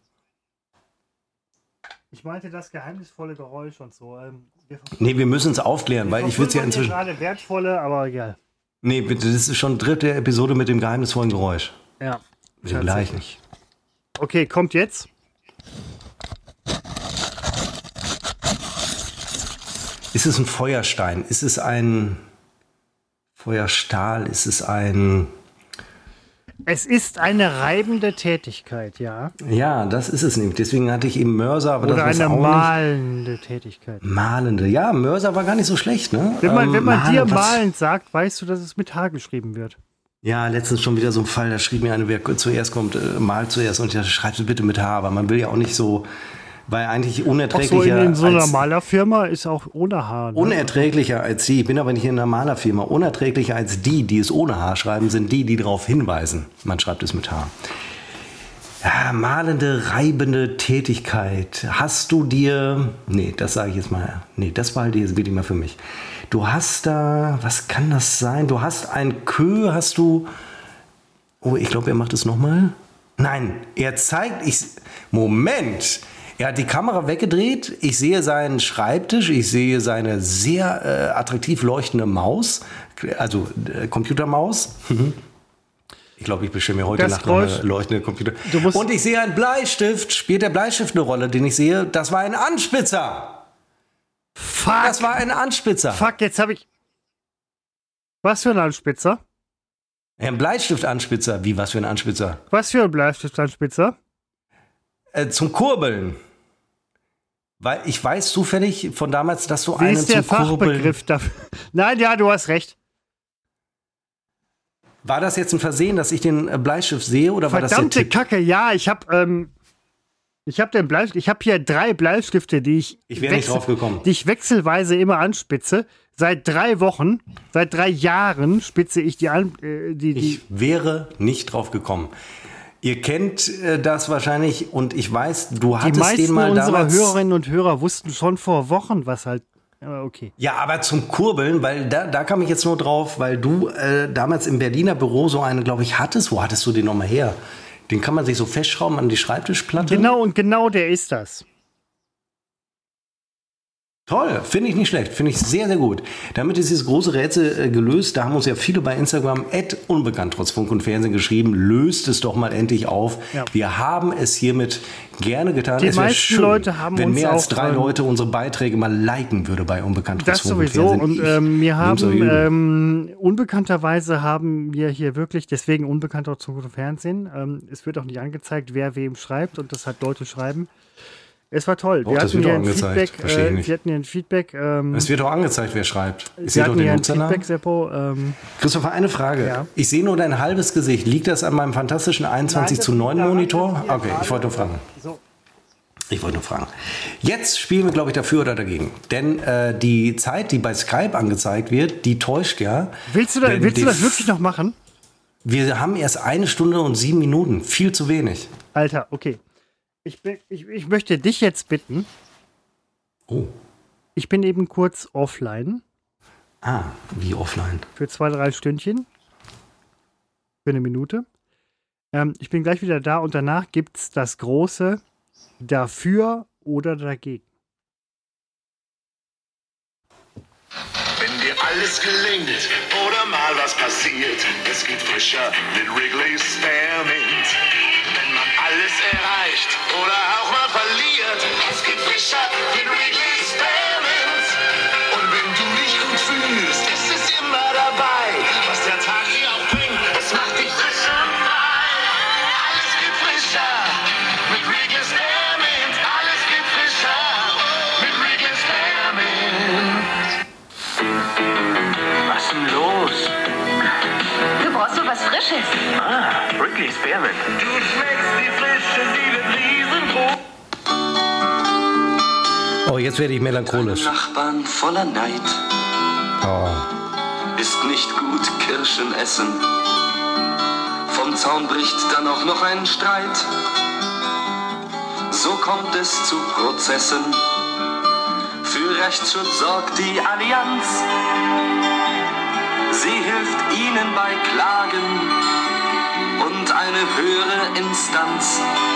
Ich meinte das geheimnisvolle Geräusch und so. Nee, wir müssen es aufklären, weil ich will es ja inzwischen... gerade wertvolle, aber egal. Nee, bitte, das ist schon dritte Episode mit dem geheimnisvollen Geräusch. Ja. Wir gleich nicht. Okay, kommt jetzt. Ist es ein Feuerstein? Ist es ein Feuerstahl? Ist es ein... Es ist eine reibende Tätigkeit, ja. Ja, das ist es nämlich. Deswegen hatte ich eben Mörser, aber Oder das eine ist auch malende Tätigkeit. nicht... Malende. Ja, Mörser war gar nicht so schlecht, ne? Wenn man dir malen, malend sagt, weißt du, dass es mit H geschrieben wird. Ja, letztens schon wieder so ein Fall, da schrieb mir eine, wer zuerst kommt, malt zuerst und ja, schreibt es bitte mit H, aber man will ja auch nicht so, weil eigentlich Auch so unerträglicher in so einer als, Malerfirma ist auch ohne H. Ne? unerträglicher als die, ich bin aber nicht in einer Malerfirma, unerträglicher als die es ohne H schreiben, sind die darauf hinweisen, man schreibt es mit H. Ja, malende, reibende Tätigkeit. Hast du dir, nee, das sage ich jetzt mal, nee, das behalte ich jetzt wirklich mal für mich. Du hast da, was kann das sein? Du hast ein hast du, oh, ich glaube, er macht es nochmal. Nein, er zeigt, Moment, er hat die Kamera weggedreht, ich sehe seinen Schreibtisch, ich sehe seine sehr attraktiv leuchtende Maus, also Computermaus. Ich glaube, ich bestelle mir heute Nacht noch eine leuchtende Computer. Und ich sehe einen Bleistift. Spielt der Bleistift eine Rolle, den ich sehe? Das war ein Anspitzer. Fuck. Das war ein Anspitzer. Fuck, jetzt habe ich... Was für ein Anspitzer? Ein Bleistiftanspitzer. Wie, was für ein Anspitzer? Was für ein Bleistiftanspitzer? Zum Kurbeln. Weil ich weiß zufällig von damals, dass du Wie einen ist der zum Kurbeln... Fachbegriff dafür? Nein, ja, du hast recht. War das jetzt ein Versehen, dass ich den Bleistift sehe, oder war das der Verdammte Tipp? Kacke, ja, ich habe den Bleistift, ich habe hier 3 Bleistifte, die Ich wäre nicht drauf gekommen. die ich wechselweise immer anspitze. Seit 3 Wochen, seit 3 Jahren spitze ich die an. Ich wäre nicht drauf gekommen. Ihr kennt das wahrscheinlich und ich weiß, du Die hattest meisten den mal unserer damals... Hörerinnen und Hörer wussten schon vor Wochen, was halt. Aber okay. Ja, aber zum Kurbeln, weil da kam ich jetzt nur drauf, weil du damals im Berliner Büro so eine, glaube ich, hattest. Wo hattest du den nochmal her? Den kann man sich so festschrauben an die Schreibtischplatte. Genau der ist das. Toll, finde ich nicht schlecht, finde ich sehr, sehr gut. Damit ist dieses große Rätsel gelöst. Da haben uns ja viele bei Instagram @unbekannt trotz Funk und Fernsehen geschrieben. Löst es doch mal endlich auf. Ja. Wir haben es hiermit gerne getan. Die Es wäre meisten schön, Leute haben wenn uns mehr als auch, 3 Leute unsere Beiträge mal liken würde bei Unbekannt trotz Das Funk und sowieso. Fernsehen. Und wir nehm's euch übel. haben unbekannterweise haben wir hier wirklich, deswegen unbekannt auch zum Fernsehen. Es wird auch nicht angezeigt, wer wem schreibt, und das hat Leute schreiben. Es war toll. Oh, das wird doch angezeigt. Verstehe ich nicht. Wir hatten hier ein Feedback. Es wird auch angezeigt, wer schreibt. Ich Wir sehe doch hatten den hier ein Nutzernamen. Feedback, Seppo. Christopher, eine Frage. Ja. Ich sehe nur dein halbes Gesicht. Liegt das an meinem fantastischen 21:9 Monitor? Okay, ich wollte nur fragen. So. Ich wollte nur fragen. Jetzt spielen wir, glaube ich, dafür oder dagegen. Denn die Zeit, die bei Skype angezeigt wird, die täuscht ja. Willst du das wirklich noch machen? Wir haben erst 1 Stunde und 7 Minuten. Viel zu wenig. Alter, okay. Ich möchte dich jetzt bitten. Oh. Ich bin eben kurz offline. Ah, wie offline? Für 2-3 Stündchen. Für 1 Minute. Ich bin gleich wieder da und danach gibt es das große Dafür oder Dagegen. Wenn dir alles gelingt oder mal was passiert, es geht frischer mit Wrigley's Spearmint. Wenn man alles erreicht oder auch mal verliert, es geht frischer mit Wrigley's Spearmint. Und wenn du dich gut fühlst, ist es immer dabei, was der Tag dir auch bringt, es macht dich frisch und frei. Alles geht frischer mit Wrigley's Spearmint. Alles geht frischer mit Wrigley's Spearmint. Was ist denn los? Du brauchst so was Frisches. Ah, Wrigley's Spearmint. Du schmeckst die Frische, sie wird riesengroß. Oh, jetzt werde ich melancholisch. Nachbarn voller Neid. Oh. Ist nicht gut Kirschen essen. Vom Zaun bricht dann auch noch ein Streit. So kommt es zu Prozessen. Für Rechtsschutz sorgt die Allianz. Sie hilft Ihnen bei Klagen und eine höhere Instanz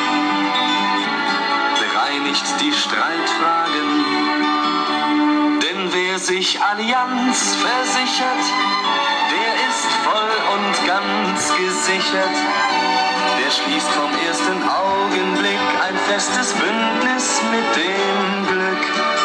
bereinigt die Streitfragen. Denn wer sich Allianz versichert, der ist voll und ganz gesichert. Der schließt vom ersten Augenblick ein festes Bündnis mit dem Glück.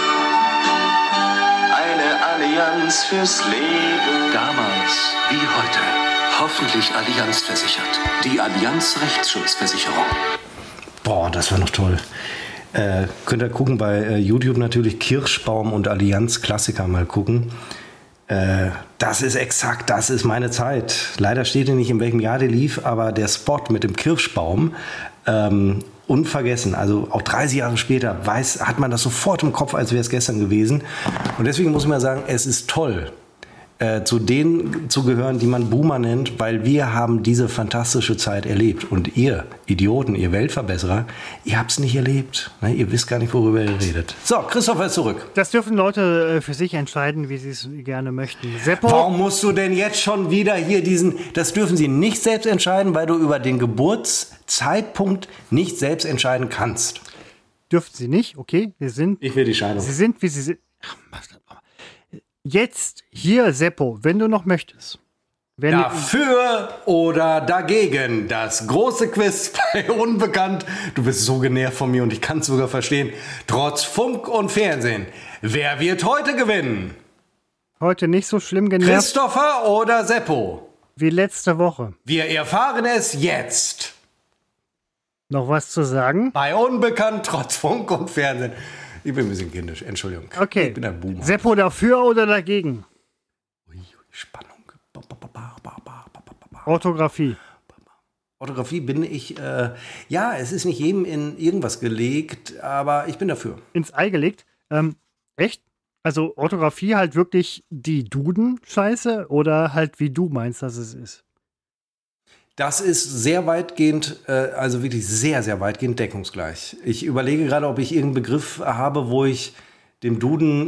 Eine Allianz fürs Leben. Damals wie heute. Hoffentlich Allianz versichert. Die Allianz Rechtsschutzversicherung. Boah, das war noch toll. Könnt ihr gucken bei YouTube natürlich Kirschbaum und Allianz Klassiker mal gucken. Das ist exakt, das ist meine Zeit. Leider steht hier nicht, in welchem Jahr der lief, aber der Spot mit dem Kirschbaum, unvergessen. Also auch 30 Jahre später hat man das sofort im Kopf, als wäre es gestern gewesen. Und deswegen muss man sagen, es ist toll, zu denen zu gehören, die man Boomer nennt, weil wir haben diese fantastische Zeit erlebt. Und ihr Idioten, ihr Weltverbesserer, ihr habt es nicht erlebt. Ne? Ihr wisst gar nicht, worüber ihr redet. So, Christopher ist zurück. Das dürfen Leute für sich entscheiden, wie sie es gerne möchten. Seppo, Warum musst du denn jetzt schon wieder hier das dürfen sie nicht selbst entscheiden, weil du über den Geburtszeitpunkt nicht selbst entscheiden kannst. dürfen sie nicht, okay? Ich will die Scheidung. Sie sind, wie sie sind. Jetzt hier, Seppo, wenn du noch möchtest. Dafür oder dagegen? Das große Quiz bei Unbekannt. Du bist so genervt von mir und ich kann es sogar verstehen. Trotz Funk und Fernsehen. Wer wird heute gewinnen? Heute nicht so schlimm genervt Christopher oder Seppo? wie letzte Woche. Wir erfahren es jetzt. Noch was zu sagen? Bei Unbekannt, trotz Funk und Fernsehen. Ich bin ein bisschen kindisch, Entschuldigung. Okay. Ich bin ein Boomer. Seppo, dafür oder dagegen? Spannung. Orthographie. Orthographie bin ich, ja, es ist nicht jedem in irgendwas gelegt, aber ich bin dafür. Ins Ei gelegt. Echt? Also Orthographie halt wirklich die Duden-Scheiße oder halt wie du meinst, dass es ist? Das ist sehr weitgehend, also wirklich sehr, sehr weitgehend deckungsgleich. Ich überlege gerade, ob ich irgendeinen Begriff habe, wo ich den Duden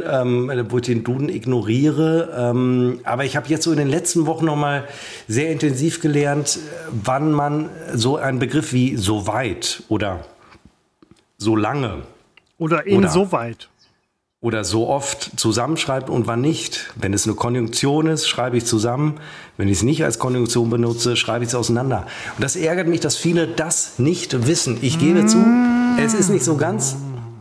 ignoriere. Aber ich habe jetzt so in den letzten Wochen noch mal sehr intensiv gelernt, wann man so einen Begriff wie so weit oder so lange Oder insoweit. oder so oft zusammenschreibt und wann nicht. Wenn es eine Konjunktion ist, schreibe ich zusammen. Wenn ich es nicht als Konjunktion benutze, schreibe ich es auseinander. Und das ärgert mich, dass viele das nicht wissen. Ich gebe zu, es ist nicht so ganz.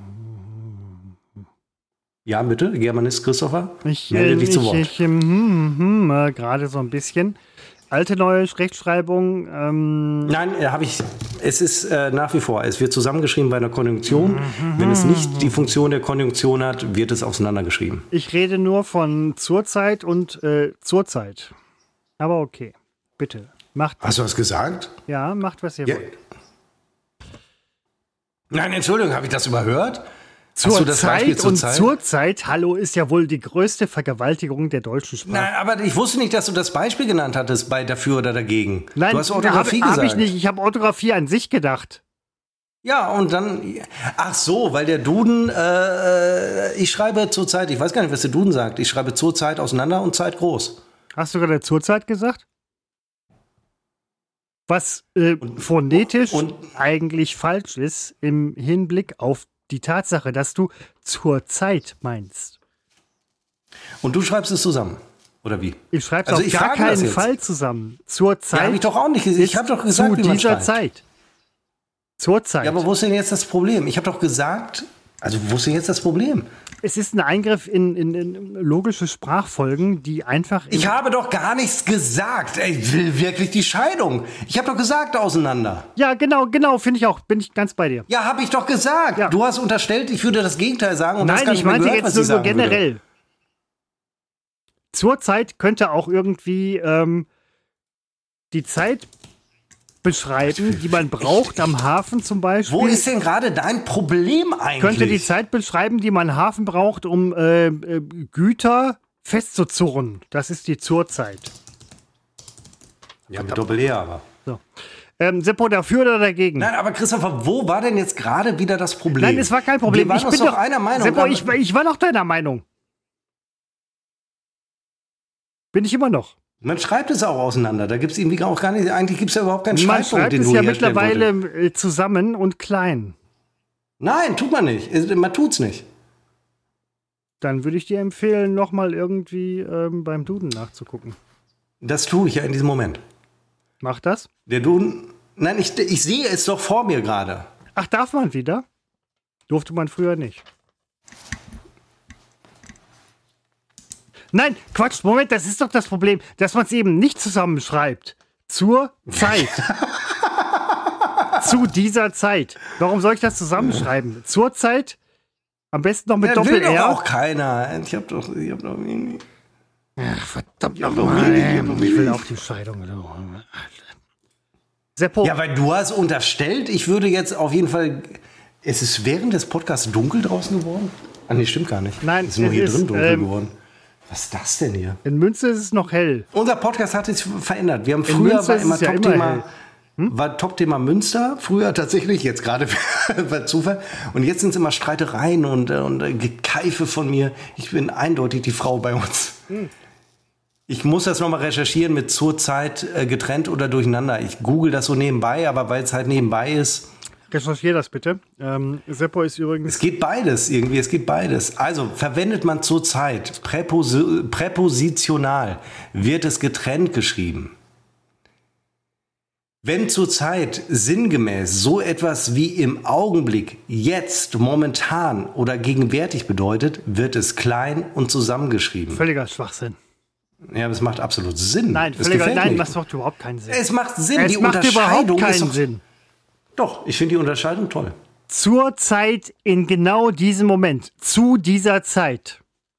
Ja, bitte, Germanist Christopher. Melde dich zu Wort. Gerade so ein bisschen. Alte, neue Rechtschreibung. Nein, habe ich. Es ist nach wie vor. Es wird zusammengeschrieben bei einer Konjunktion. Wenn es nicht die Funktion der Konjunktion hat, wird es auseinandergeschrieben. Ich rede nur von zurzeit und zurzeit. Aber okay, bitte. Macht. Hast du was gesagt? Ja, macht, was ihr Ja. wollt. Nein, Entschuldigung, habe ich das überhört? Hast du das Beispiel Zurzeit und zur Zeit? Zurzeit, hallo, ist ja wohl die größte Vergewaltigung der deutschen Sprache. Nein, aber ich wusste nicht, dass du das Beispiel genannt hattest bei dafür oder dagegen. Nein, du hast Orthographie gesagt. Habe ich nicht. Ich habe Orthographie an sich gedacht. Ja, und dann, ach so, weil der Duden, ich schreibe zurzeit, ich weiß gar nicht, was der Duden sagt, ich schreibe zurzeit auseinander und Zeit groß. Hast du gerade Zurzeit gesagt? Was phonetisch und- eigentlich falsch ist im Hinblick auf die Tatsache, dass du zurzeit meinst. Und du schreibst es zusammen, oder wie? Ich schreibe es Also auf ich gar frage das keinen jetzt. Fall zusammen. Zurzeit. Ja, habe ich doch auch nicht gesehen. Ich habe doch gesagt, zu wie man dieser schreibt. Zeit. Zurzeit. Ja, aber wo ist denn jetzt das Problem? Ich habe doch gesagt, also wo ist denn jetzt das Problem? Es ist ein Eingriff in logische Sprachfolgen, die einfach. Ich habe doch gar nichts gesagt. Ich will wirklich die Scheidung. Ich habe doch gesagt, auseinander. Ja, genau, finde ich auch. Bin ich ganz bei dir. Ja, habe ich doch gesagt. Ja. Du hast unterstellt, ich würde das Gegenteil sagen. Und hast Nein, gar ich nicht mehr meinte gehört, jetzt was ich nur sagen generell. würde. Zurzeit könnte auch irgendwie die Zeit beschreiben, die man braucht am Hafen zum Beispiel. Wo ist denn gerade dein Problem eigentlich? Könnte die Zeit beschreiben, die man am Hafen braucht, um Güter festzuzurren. Das ist die Zurzeit. Ja, mit Doppel-E aber. So. Seppo, dafür oder dagegen? Nein, aber Christopher, wo war denn jetzt gerade wieder das Problem? Nein, es war kein Problem. Wir waren uns doch einer Meinung. Seppo, ich war doch deiner Meinung. Bin ich immer noch. Man schreibt es auch auseinander. Da gibt es irgendwie auch gar nicht, eigentlich gibt es ja überhaupt keinen Man Schreibpunkt, schreibt den es du ja herstellen wolltest. mittlerweile zusammen und klein. Nein, tut man nicht. Man tut's nicht. Dann würde ich dir empfehlen, nochmal irgendwie beim Duden nachzugucken. Das tue ich ja in diesem Moment. Mach das. Der Duden. Nein, ich sehe es doch vor mir gerade. Ach, darf man wieder? Durfte man früher nicht. Nein, Quatsch, Moment, das ist doch das Problem, dass man es eben nicht zusammenschreibt. Zur Zeit. Zu dieser Zeit. Warum soll ich das zusammenschreiben? Zur Zeit? Am besten noch mit Will Doppel-R. doch auch keiner. Ich hab doch irgendwie. Ach, verdammt nochmal. Ich will auch die Scheidung. Seppo. Ja, weil du hast unterstellt, ich würde jetzt auf jeden Fall. Es ist während des Podcasts dunkel draußen geworden? Ah, nee, stimmt gar nicht. Nein, es ist nur hier es drin ist, dunkel geworden. Was ist das denn hier? In Münster ist es noch hell. Unser Podcast hat sich verändert. Wir haben In früher Münster war ist immer es ja Top-Thema. immer hell. War Top-Thema Münster, früher tatsächlich, jetzt gerade bei Zufall. Und jetzt sind es immer Streitereien und Gekeife von mir. Ich bin eindeutig die Frau bei uns. Ich muss das nochmal recherchieren mit zur Zeit getrennt oder durcheinander. Ich google das so nebenbei, aber weil es halt nebenbei ist. Recherchiere das bitte. Seppo ist übrigens. Es geht beides irgendwie, es geht beides. Also verwendet man zur Zeit präpositional, wird es getrennt geschrieben. Wenn zur Zeit sinngemäß so etwas wie im Augenblick, jetzt, momentan oder gegenwärtig bedeutet, wird es klein und zusammengeschrieben. Völliger Schwachsinn. Ja, aber es macht absolut Sinn. Nein, das völliger, gefällt nein, mir. das macht überhaupt keinen Sinn. Es macht Sinn, Es die macht Unterscheidung überhaupt ist keinen doch, Sinn. Doch, ich finde die Unterscheidung toll. Zur Zeit in genau diesem Moment. Zu dieser Zeit.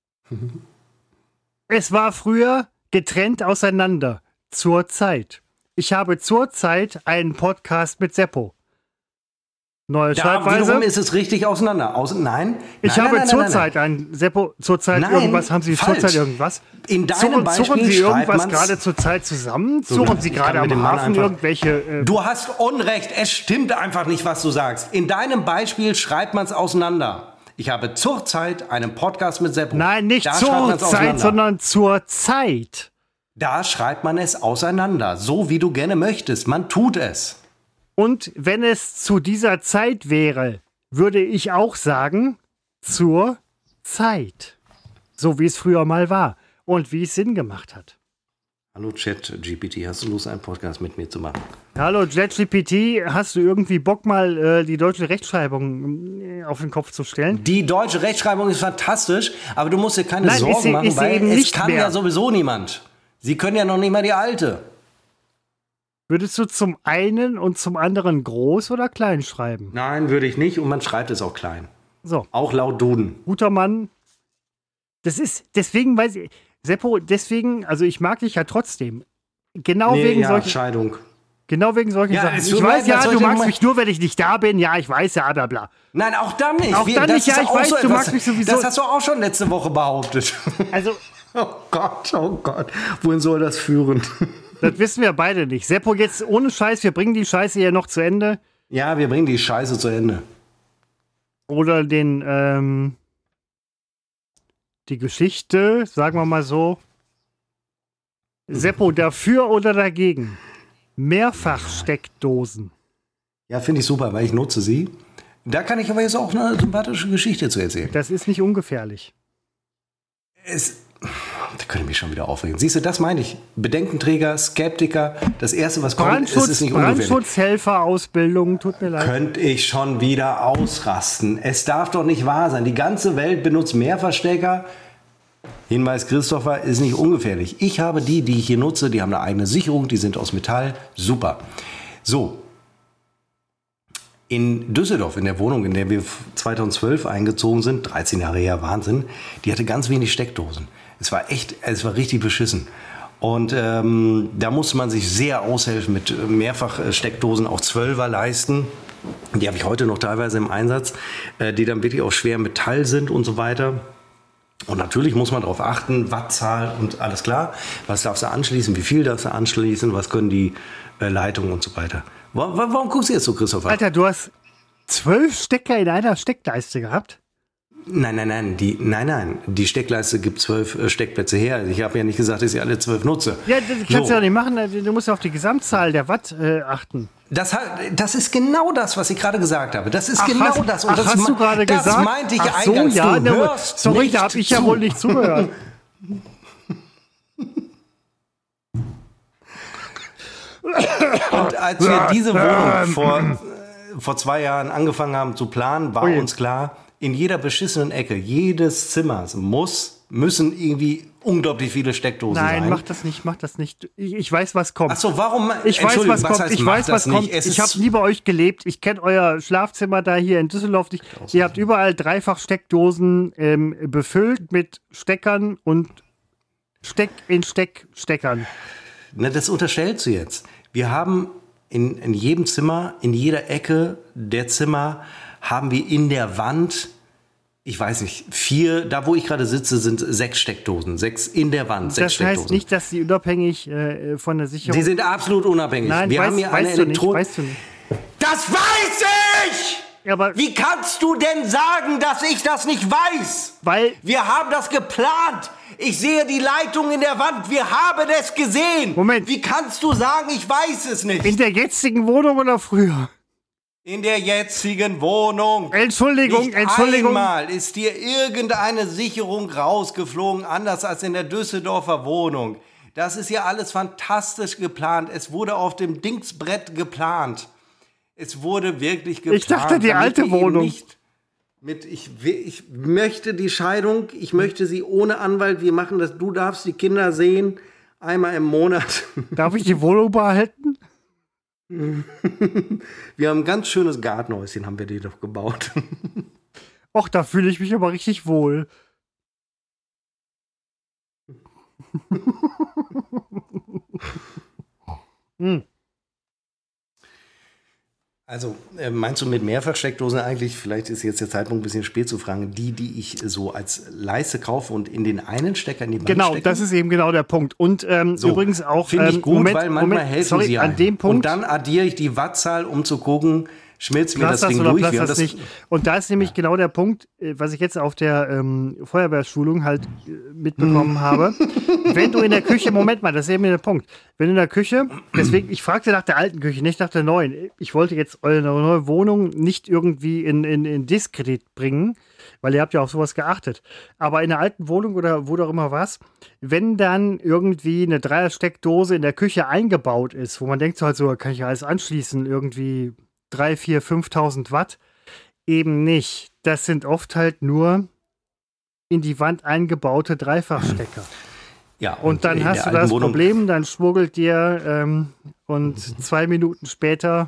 Es war früher getrennt auseinander. Zur Zeit. Ich habe zurzeit einen Podcast mit Seppo. Neue Da Schreibweise. wiederum ist es richtig auseinander. Nein. Ich nein, habe nein, zurzeit einen Seppo, zurzeit Nein, irgendwas. Haben Sie falsch. zurzeit irgendwas? In deinem Beispiel Suchen Sie schreibt irgendwas man's- gerade zurzeit zusammen? Suchen Sie ich gerade kann mit am dem Mann Hafen einfach- irgendwelche. Du hast Unrecht, es stimmt einfach nicht, was du sagst. In deinem Beispiel schreibt man es auseinander. Ich habe zurzeit einen Podcast mit Seppo. Nein, nicht Da schreibt man's zurzeit, auseinander. sondern zur Zeit. Da schreibt man es auseinander, so wie du gerne möchtest. Man tut es. Und wenn es zu dieser Zeit wäre, würde ich auch sagen, zur Zeit. So wie es früher mal war und wie es Sinn gemacht hat. Hallo ChatGPT, hast du Lust, einen Podcast mit mir zu machen? Hallo JetGPT, hast du irgendwie Bock mal die deutsche Rechtschreibung auf den Kopf zu stellen? Die deutsche Rechtschreibung ist fantastisch, aber du musst dir keine Nein, ist Sorgen sie- machen, ist sie weil eben es nicht kann mehr. ja sowieso niemand. Sie können ja noch nicht mal die alte. Würdest du zum einen und zum anderen groß oder klein schreiben? Nein, würde ich nicht und man schreibt es auch klein. So, Auch laut Duden. guter Mann. Das ist, deswegen weiß ich, Seppo, deswegen, also ich mag dich ja trotzdem. Genau wegen solchen Scheidung. Genau wegen solchen Ja, Sachen. es Ich tut mir weiß leid, ja, was soll du ich denn magst machen? mich nur, wenn ich nicht da bin. Ja, ich weiß ja, bla bla. Nein, auch dann nicht. Auch dann das nicht, ja, ist ich auch weiß, so du etwas- magst mich sowieso. Das hast du auch schon letzte Woche behauptet. Also, Oh Gott. Wohin soll das führen? das wissen wir beide nicht. Seppo, jetzt ohne Scheiß, wir bringen die Scheiße hier noch zu Ende. Ja, wir bringen die Scheiße zu Ende. Oder die Geschichte, sagen wir mal so. Seppo, dafür oder dagegen? Mehrfachsteckdosen. Ja, finde ich super, weil ich nutze sie. Da kann ich aber jetzt auch eine sympathische Geschichte zu erzählen. Das ist nicht ungefährlich. Da könnte ich mich schon wieder aufregen. Siehst du, das meine ich. Bedenkenträger, Skeptiker, das Erste, was kommt, ist es nicht ungefährlich. Brandschutzhelferausbildung, tut mir leid. Könnte ich schon wieder ausrasten. Es darf doch nicht wahr sein. Die ganze Welt benutzt Mehrfachstecker. Hinweis Christopher, ist nicht ungefährlich. Ich habe die ich hier nutze, die haben eine eigene Sicherung, die sind aus Metall. Super. So. In Düsseldorf, in der Wohnung, in der wir 2012 eingezogen sind, 13 Jahre her, Wahnsinn, die hatte ganz wenig Steckdosen. Es war richtig beschissen. Und da musste man sich sehr aushelfen mit Mehrfach-Steckdosen, auch 12er leisten. Die habe ich heute noch teilweise im Einsatz, die dann wirklich auch schwer Metall sind und so weiter. Und natürlich muss man darauf achten, Wattzahl und alles klar. Was darfst du anschließen, wie viel darfst du anschließen, was können die Leitungen und so weiter. Warum guckst du jetzt so, Christopher? Alter, du hast 12 Stecker in einer Steckleiste gehabt? Nein. Die Steckleiste gibt 12 Steckplätze her. Ich habe ja nicht gesagt, dass ich alle 12 nutze. Ja, das kannst du ja nicht machen. Du musst ja auf die Gesamtzahl der Watt achten. Das ist genau das, was ich gerade gesagt habe. Das ist das. Und hast du gerade gesagt? Das meinte ich ach so, eingangs. ja. Du hörst sorry, nicht da habe ich ja wohl nicht zugehört. Und als wir diese Wohnung vor 2 Jahren angefangen haben zu planen, war uns klar, in jeder beschissenen Ecke, jedes Zimmers müssen irgendwie unglaublich viele Steckdosen sein. Nein, mach das nicht. Ich weiß, was kommt. Ach so, warum? Ich weiß, was kommt. Heißt, ich weiß, was kommt. Nicht? Ich habe nie bei euch gelebt. Ich kenne euer Schlafzimmer da hier in Düsseldorf nicht. Ihr habt überall dreifach Steckdosen befüllt mit Steckern und Steckern. Na, das unterstellst du jetzt. Wir haben in jedem Zimmer, in jeder Ecke der Zimmer, haben wir in der Wand, ich weiß nicht, 4, da wo ich gerade sitze, sind 6 Steckdosen. 6 in der Wand, 6 das Steckdosen. Das heißt nicht, dass sie unabhängig von der Sicherung... Die sind absolut unabhängig. Nein, wir haben hier eine weißt du nicht. Das weiß ich! Ja, aber wie kannst du denn sagen, dass ich das nicht weiß? Weil... Wir haben das geplant. Ich sehe die Leitung in der Wand. Wir haben es gesehen. Moment. Wie kannst du sagen, ich weiß es nicht? In der jetzigen Wohnung oder früher? In der jetzigen Wohnung. Entschuldigung. Einmal ist dir irgendeine Sicherung rausgeflogen, anders als in der Düsseldorfer Wohnung. Das ist ja alles fantastisch geplant. Es wurde auf dem Dingsbrett geplant. Es wurde wirklich geplant. Ich dachte, die alte Wohnung. Ich möchte die Scheidung, ich möchte sie ohne Anwalt. Wir machen das. Du darfst die Kinder sehen, einmal im Monat. Darf ich die Wohnung behalten? Wir haben ein ganz schönes Gartenhäuschen, haben wir die doch gebaut. Och, da fühle ich mich aber richtig wohl. Also, meinst du mit Mehrfachsteckdosen eigentlich, vielleicht ist jetzt der Zeitpunkt ein bisschen spät zu fragen, die ich so als Leiste kaufe und in den einen Stecker in die Wand Genau, stecke? das ist eben genau der Punkt. Und übrigens auch... Finde ich gut, weil manchmal helfen sie an einem. dem Punkt, und dann addiere ich die Wattzahl, um zu gucken, schmilzt mir das Ding durch. Wir haben das nicht. Und da ist nämlich genau der Punkt, was ich jetzt auf der Feuerwehrschulung halt mitbekommen habe. Wenn du in der Küche, Moment mal, das ist eben der Punkt. Wenn du in der Küche, deswegen, ich fragte nach der alten Küche, nicht nach der neuen. Ich wollte jetzt eure neue Wohnung nicht irgendwie in Diskredit bringen, weil ihr habt ja auf sowas geachtet. Aber in der alten Wohnung oder wo doch immer was, wenn dann irgendwie eine Dreiersteckdose in der Küche eingebaut ist, wo man denkt so halt so, kann ich ja alles anschließen, irgendwie 3, 4, 5.000 Watt, eben nicht. Das sind oft halt nur in die Wand eingebaute Dreifachstecker. Ja, und dann hast du das Problem, dann schmuggelt dir und 2 Minuten später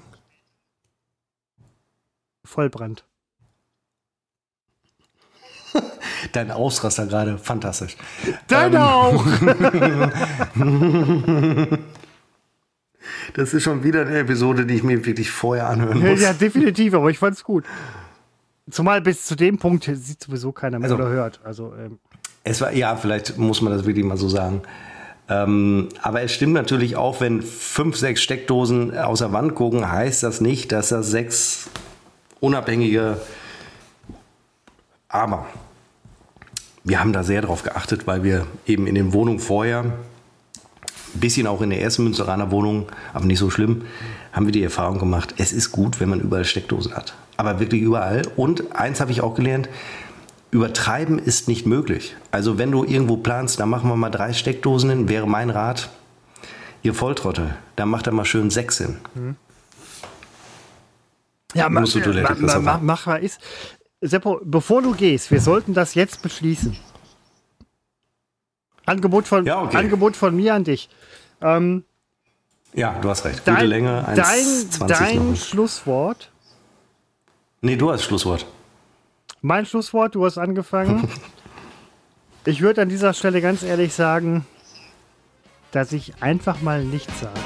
Vollbrand. Dein Ausraster gerade, fantastisch. Deine auch! Das ist schon wieder eine Episode, die ich mir wirklich vorher anhören muss. Ja, definitiv, aber ich fand's gut. Zumal bis zu dem Punkt sieht sowieso keiner mehr oder hört. Also, es war, ja, vielleicht muss man das wirklich mal so sagen. Aber es stimmt natürlich auch, wenn 5, 6 Steckdosen aus der Wand gucken, heißt das nicht, dass das 6 unabhängige. Aber wir haben da sehr drauf geachtet, weil wir eben in den Wohnungen vorher, ein bisschen auch in der ersten Münsteraner Wohnung, aber nicht so schlimm, haben wir die Erfahrung gemacht, es ist gut, wenn man überall Steckdosen hat. Aber wirklich überall. Und eins habe ich auch gelernt, übertreiben ist nicht möglich. Also wenn du irgendwo planst, dann machen wir mal 3 Steckdosen hin, wäre mein Rat, ihr Volltrottel, dann macht er mal schön 6 hin. Ja, mach mal ist. Seppo, bevor du gehst, wir sollten das jetzt beschließen. Angebot von mir an dich. Ja, du hast recht. Gute Länge, 1,20 Dein Schlusswort? Nee, du hast Schlusswort. Mein Schlusswort, du hast angefangen. Ich würde an dieser Stelle ganz ehrlich sagen, dass ich einfach mal nichts sage.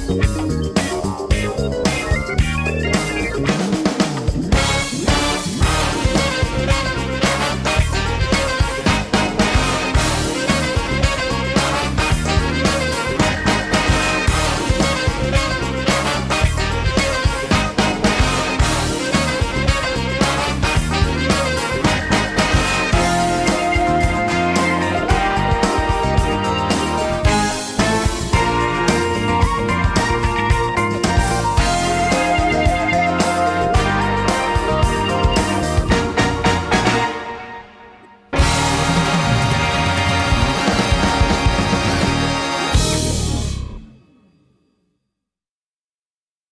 Tschüss.